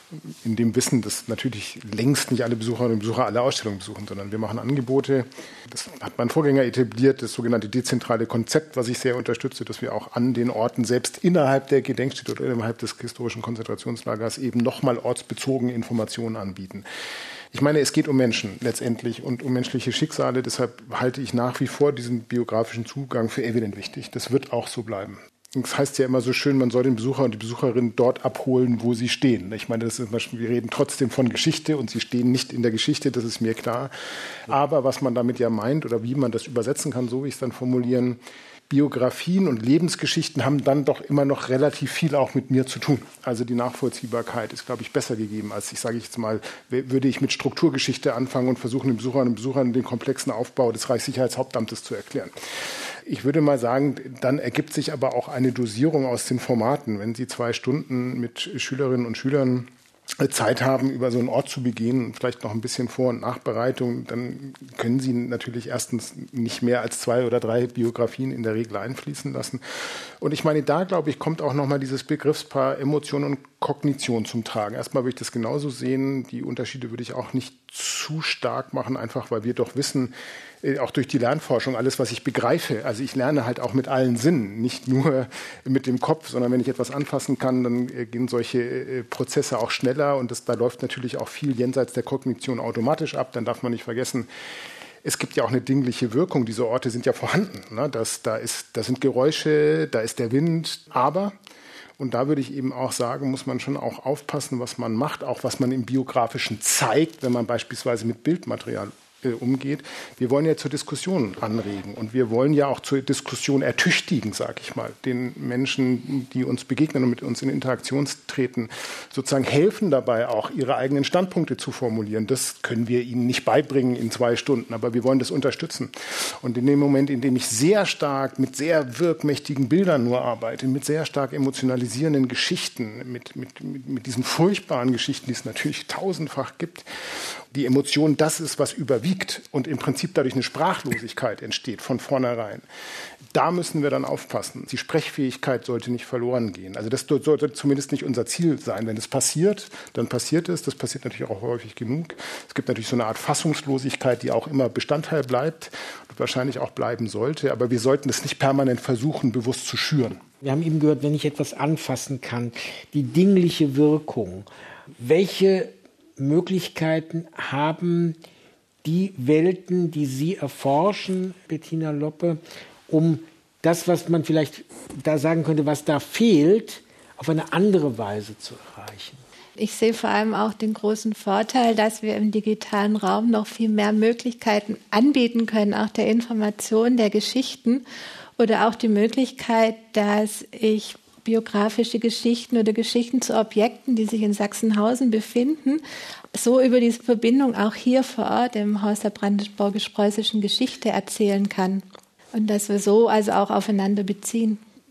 in dem Wissen, dass natürlich längst nicht alle Besucherinnen und Besucher alle Ausstellungen besuchen, sondern wir machen Angebote. Das hat mein Vorgänger etabliert, das sogenannte dezentrale Konzept, was ich sehr unterstütze, dass wir auch an den Orten selbst innerhalb der Gedenkstätte oder innerhalb des historischen Konzentrationslagers eben nochmal ortsbezogene Informationen anbieten. Ich meine, es geht um Menschen letztendlich und um menschliche Schicksale. Deshalb halte ich nach wie vor diesen biografischen Zugang für evident wichtig. Das wird auch so bleiben. Es heißt ja immer so schön, man soll den Besucher und die Besucherin dort abholen, wo sie stehen. Ich meine, das ist, wir reden trotzdem von Geschichte und sie stehen nicht in der Geschichte, das ist mir klar. Aber was man damit ja meint oder wie man das übersetzen kann, so wie ich es dann formulieren, Biografien und Lebensgeschichten haben dann doch immer noch relativ viel auch mit mir zu tun. Also die Nachvollziehbarkeit ist, glaube ich, besser gegeben, als ich, sage ich jetzt mal, würde ich mit Strukturgeschichte anfangen und versuchen, den Besucherinnen und Besuchern den komplexen Aufbau des Reichssicherheitshauptamtes zu erklären. Ich würde mal sagen, dann ergibt sich aber auch eine Dosierung aus den Formaten. Wenn Sie zwei Stunden mit Schülerinnen und Schülern Zeit haben, über so einen Ort zu begehen, vielleicht noch ein bisschen Vor- und Nachbereitung, dann können Sie natürlich erstens nicht mehr als zwei oder drei Biografien in der Regel einfließen lassen. Und ich meine, da, glaube ich, kommt auch nochmal dieses Begriffspaar Emotion und Kognition zum Tragen. Erstmal würde ich das genauso sehen. Die Unterschiede würde ich auch nicht zu stark machen, einfach weil wir doch wissen, auch durch die Lernforschung, alles, was ich begreife. Also ich lerne halt auch mit allen Sinnen, nicht nur mit dem Kopf, sondern wenn ich etwas anfassen kann, dann gehen solche Prozesse auch schneller und das, da läuft natürlich auch viel jenseits der Kognition automatisch ab. Dann darf man nicht vergessen, es gibt ja auch eine dingliche Wirkung. Diese Orte sind ja vorhanden. Ne? Das, da, ist, da sind Geräusche, da ist der Wind, aber... Und da würde ich eben auch sagen, muss man schon auch aufpassen, was man macht, auch was man im Biografischen zeigt, wenn man beispielsweise mit Bildmaterial äh, umgeht. Wir wollen ja zur Diskussion anregen und wir wollen ja auch zur Diskussion ertüchtigen, sage ich mal, den Menschen, die uns begegnen und mit uns in Interaktion treten, sozusagen helfen dabei auch, ihre eigenen Standpunkte zu formulieren. Das können wir ihnen nicht beibringen in zwei Stunden, aber wir wollen das unterstützen. Und in dem Moment, in dem ich sehr stark mit sehr wirkmächtigen Bildern nur arbeite, mit sehr stark emotionalisierenden Geschichten, mit, mit, mit, mit diesen furchtbaren Geschichten, die es natürlich tausendfach gibt, die Emotion das ist, was überwiegt und im Prinzip dadurch eine Sprachlosigkeit entsteht von vornherein. Da müssen wir dann aufpassen. Die Sprechfähigkeit sollte nicht verloren gehen. Also das sollte zumindest nicht unser Ziel sein. Wenn es passiert, dann passiert es. Das passiert natürlich auch häufig genug. Es gibt natürlich so eine Art Fassungslosigkeit, die auch immer Bestandteil bleibt und wahrscheinlich auch bleiben sollte. Aber wir sollten es nicht permanent versuchen, bewusst zu schüren. Wir haben eben gehört, wenn ich etwas anfassen kann, die dingliche Wirkung. Welche Möglichkeiten haben die Welten, die Sie erforschen, Bettina Loppe, um das, was man vielleicht da sagen könnte, was da fehlt, auf eine andere Weise zu erreichen? Ich sehe vor allem auch den großen Vorteil, dass wir im digitalen Raum noch viel mehr Möglichkeiten anbieten können, auch der Information, der Geschichten oder auch die Möglichkeit, dass ich biografische Geschichten oder Geschichten zu Objekten, die sich in Sachsenhausen befinden, so über diese Verbindung auch hier vor Ort im Haus der brandenburgisch-preußischen Geschichte erzählen kann. Und dass wir so also auch aufeinander beziehen.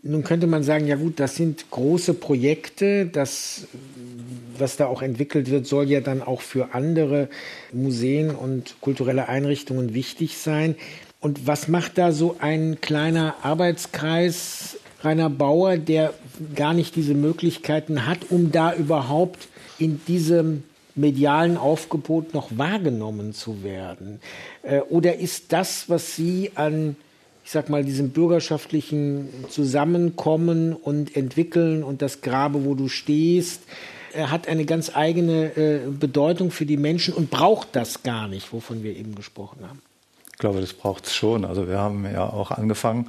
Nun könnte man sagen, ja gut, das sind große Projekte, das, was da auch entwickelt wird, soll ja dann auch für andere Museen und kulturelle Einrichtungen wichtig sein. Und was macht da so ein kleiner Arbeitskreis, Rainer Bauer, der gar nicht diese Möglichkeiten hat, um da überhaupt in diesem medialen Aufgebot noch wahrgenommen zu werden? Oder ist das, was Sie an, ich sag mal, diesem bürgerschaftlichen Zusammenkommen und Entwickeln und das Grabe, wo du stehst, hat eine ganz eigene Bedeutung für die Menschen und braucht das gar nicht, wovon wir eben gesprochen haben? Ich glaube, das braucht es schon. Also wir haben ja auch angefangen,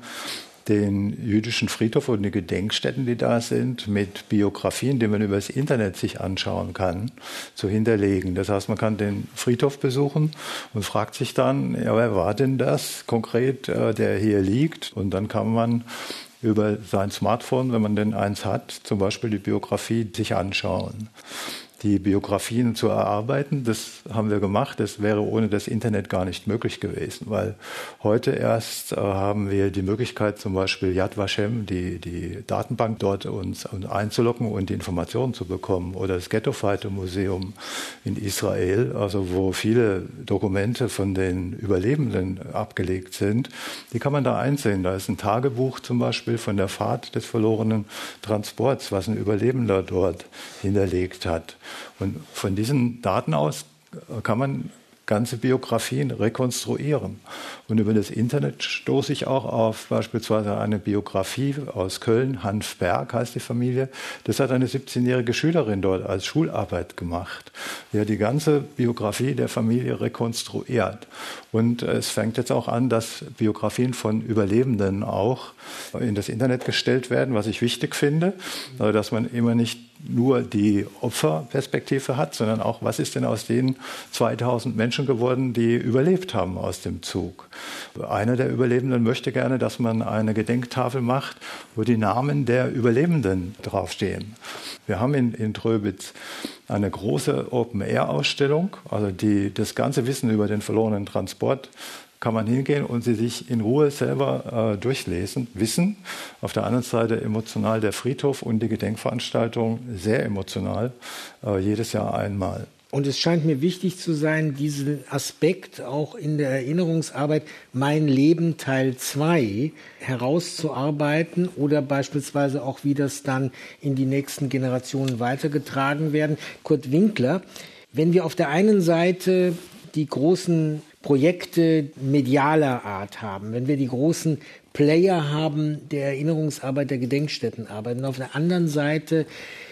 den jüdischen Friedhof und die Gedenkstätten, die da sind, mit Biografien, die man über das Internet sich anschauen kann, zu hinterlegen. Das heißt, man kann den Friedhof besuchen und fragt sich dann, ja, wer war denn das konkret, der hier liegt? Und dann kann man über sein Smartphone, wenn man denn eins hat, zum Beispiel die Biografie sich anschauen. Die Biografien zu erarbeiten, das haben wir gemacht. Das wäre ohne das Internet gar nicht möglich gewesen, weil heute erst äh, haben wir die Möglichkeit, zum Beispiel Yad Vashem, die, die Datenbank dort uns, uns einzuloggen und die Informationen zu bekommen. Oder das Ghetto Fighter Museum in Israel, also wo viele Dokumente von den Überlebenden abgelegt sind, die kann man da einsehen. Da ist ein Tagebuch zum Beispiel von der Fahrt des verlorenen Transports, was ein Überlebender dort hinterlegt hat. Und von diesen Daten aus kann man ganze Biografien rekonstruieren. Und über das Internet stoße ich auch auf beispielsweise eine Biografie aus Köln, Hanf Berg heißt die Familie. Das hat eine siebzehnjährige Schülerin dort als Schularbeit gemacht. Die hat die ganze Biografie der Familie rekonstruiert. Und es fängt jetzt auch an, dass Biografien von Überlebenden auch in das Internet gestellt werden, was ich wichtig finde, dass man immer nicht nur die Opferperspektive hat, sondern auch, was ist denn aus den zweitausend Menschen geworden, die überlebt haben aus dem Zug. Einer der Überlebenden möchte gerne, dass man eine Gedenktafel macht, wo die Namen der Überlebenden draufstehen. Wir haben in, in Tröbitz eine große Open-Air-Ausstellung, also die das ganze Wissen über den verlorenen Transport kann man hingehen und sie sich in Ruhe selber äh, durchlesen, wissen. Auf der anderen Seite emotional der Friedhof und die Gedenkveranstaltung sehr emotional, äh, jedes Jahr einmal. Und es scheint mir wichtig zu sein, diesen Aspekt auch in der Erinnerungsarbeit Mein Leben Teil zwei herauszuarbeiten oder beispielsweise auch, wie das dann in die nächsten Generationen weitergetragen werden. Kurt Winkler, wenn wir auf der einen Seite die großen Projekte medialer Art haben, wenn wir die großen Player haben der Erinnerungsarbeit, der Gedenkstättenarbeit und auf der anderen Seite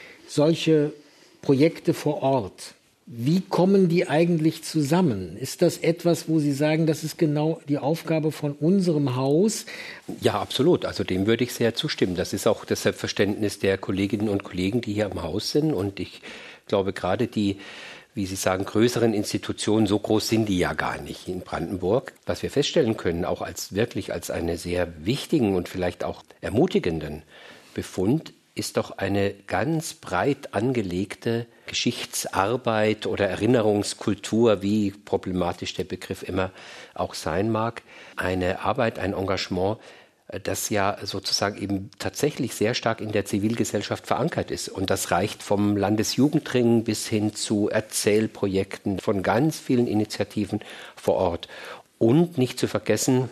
solche Projekte vor Ort, wie kommen die eigentlich zusammen? Ist das etwas, wo Sie sagen, das ist genau die Aufgabe von unserem Haus? Ja, absolut. Also dem würde ich sehr zustimmen. Das ist auch das Selbstverständnis der Kolleginnen und Kollegen, die hier im Haus sind. Und ich glaube, gerade die, wie Sie sagen, größeren Institutionen, so groß sind die ja gar nicht in Brandenburg. Was wir feststellen können, auch als wirklich als einen sehr wichtigen und vielleicht auch ermutigenden Befund, ist doch eine ganz breit angelegte Geschichtsarbeit oder Erinnerungskultur, wie problematisch der Begriff immer auch sein mag. Eine Arbeit, ein Engagement, das ja sozusagen eben tatsächlich sehr stark in der Zivilgesellschaft verankert ist. Und das reicht vom Landesjugendring bis hin zu Erzählprojekten von ganz vielen Initiativen vor Ort. Und nicht zu vergessen,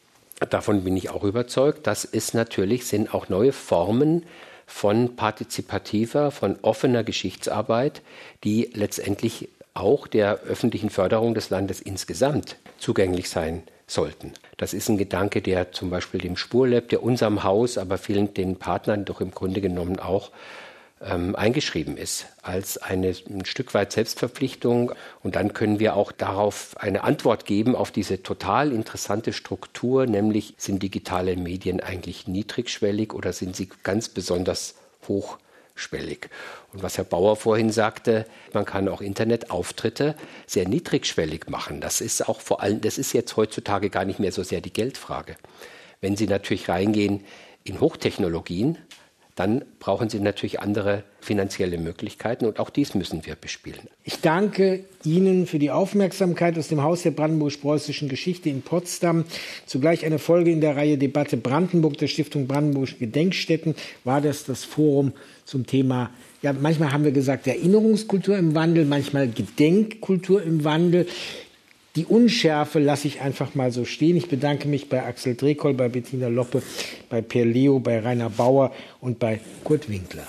davon bin ich auch überzeugt, das ist natürlich, sind auch neue Formen von partizipativer, von offener Geschichtsarbeit, die letztendlich auch der öffentlichen Förderung des Landes insgesamt zugänglich sein sollten. Das ist ein Gedanke, der zum Beispiel dem Spurlab, der unserem Haus, aber vielen den Partnern doch im Grunde genommen auch ähm, eingeschrieben ist, als eine ein Stück weit Selbstverpflichtung. Und dann können wir auch darauf eine Antwort geben, auf diese total interessante Struktur, nämlich sind digitale Medien eigentlich niedrigschwellig oder sind sie ganz besonders hochschwellig? Und was Herr Bauer vorhin sagte, man kann auch Internetauftritte sehr niedrigschwellig machen. Das ist auch vor allem, das ist jetzt heutzutage gar nicht mehr so sehr die Geldfrage. Wenn Sie natürlich reingehen in Hochtechnologien, dann brauchen sie natürlich andere finanzielle Möglichkeiten und auch dies müssen wir bespielen. Ich danke Ihnen für die Aufmerksamkeit aus dem Haus der brandenburg-preußischen Geschichte in Potsdam. Zugleich eine Folge in der Reihe Debatte Brandenburg der Stiftung Brandenburgische Gedenkstätten war das das Forum zum Thema, ja, manchmal haben wir gesagt Erinnerungskultur im Wandel, manchmal Gedenkkultur im Wandel. Die Unschärfe lasse ich einfach mal so stehen. Ich bedanke mich bei Axel Drekoll, bei Bettina Loppe, bei Per Leo, bei Rainer Bauer und bei Kurt Winkler.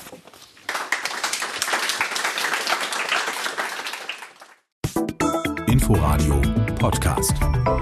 Inforadio Podcast.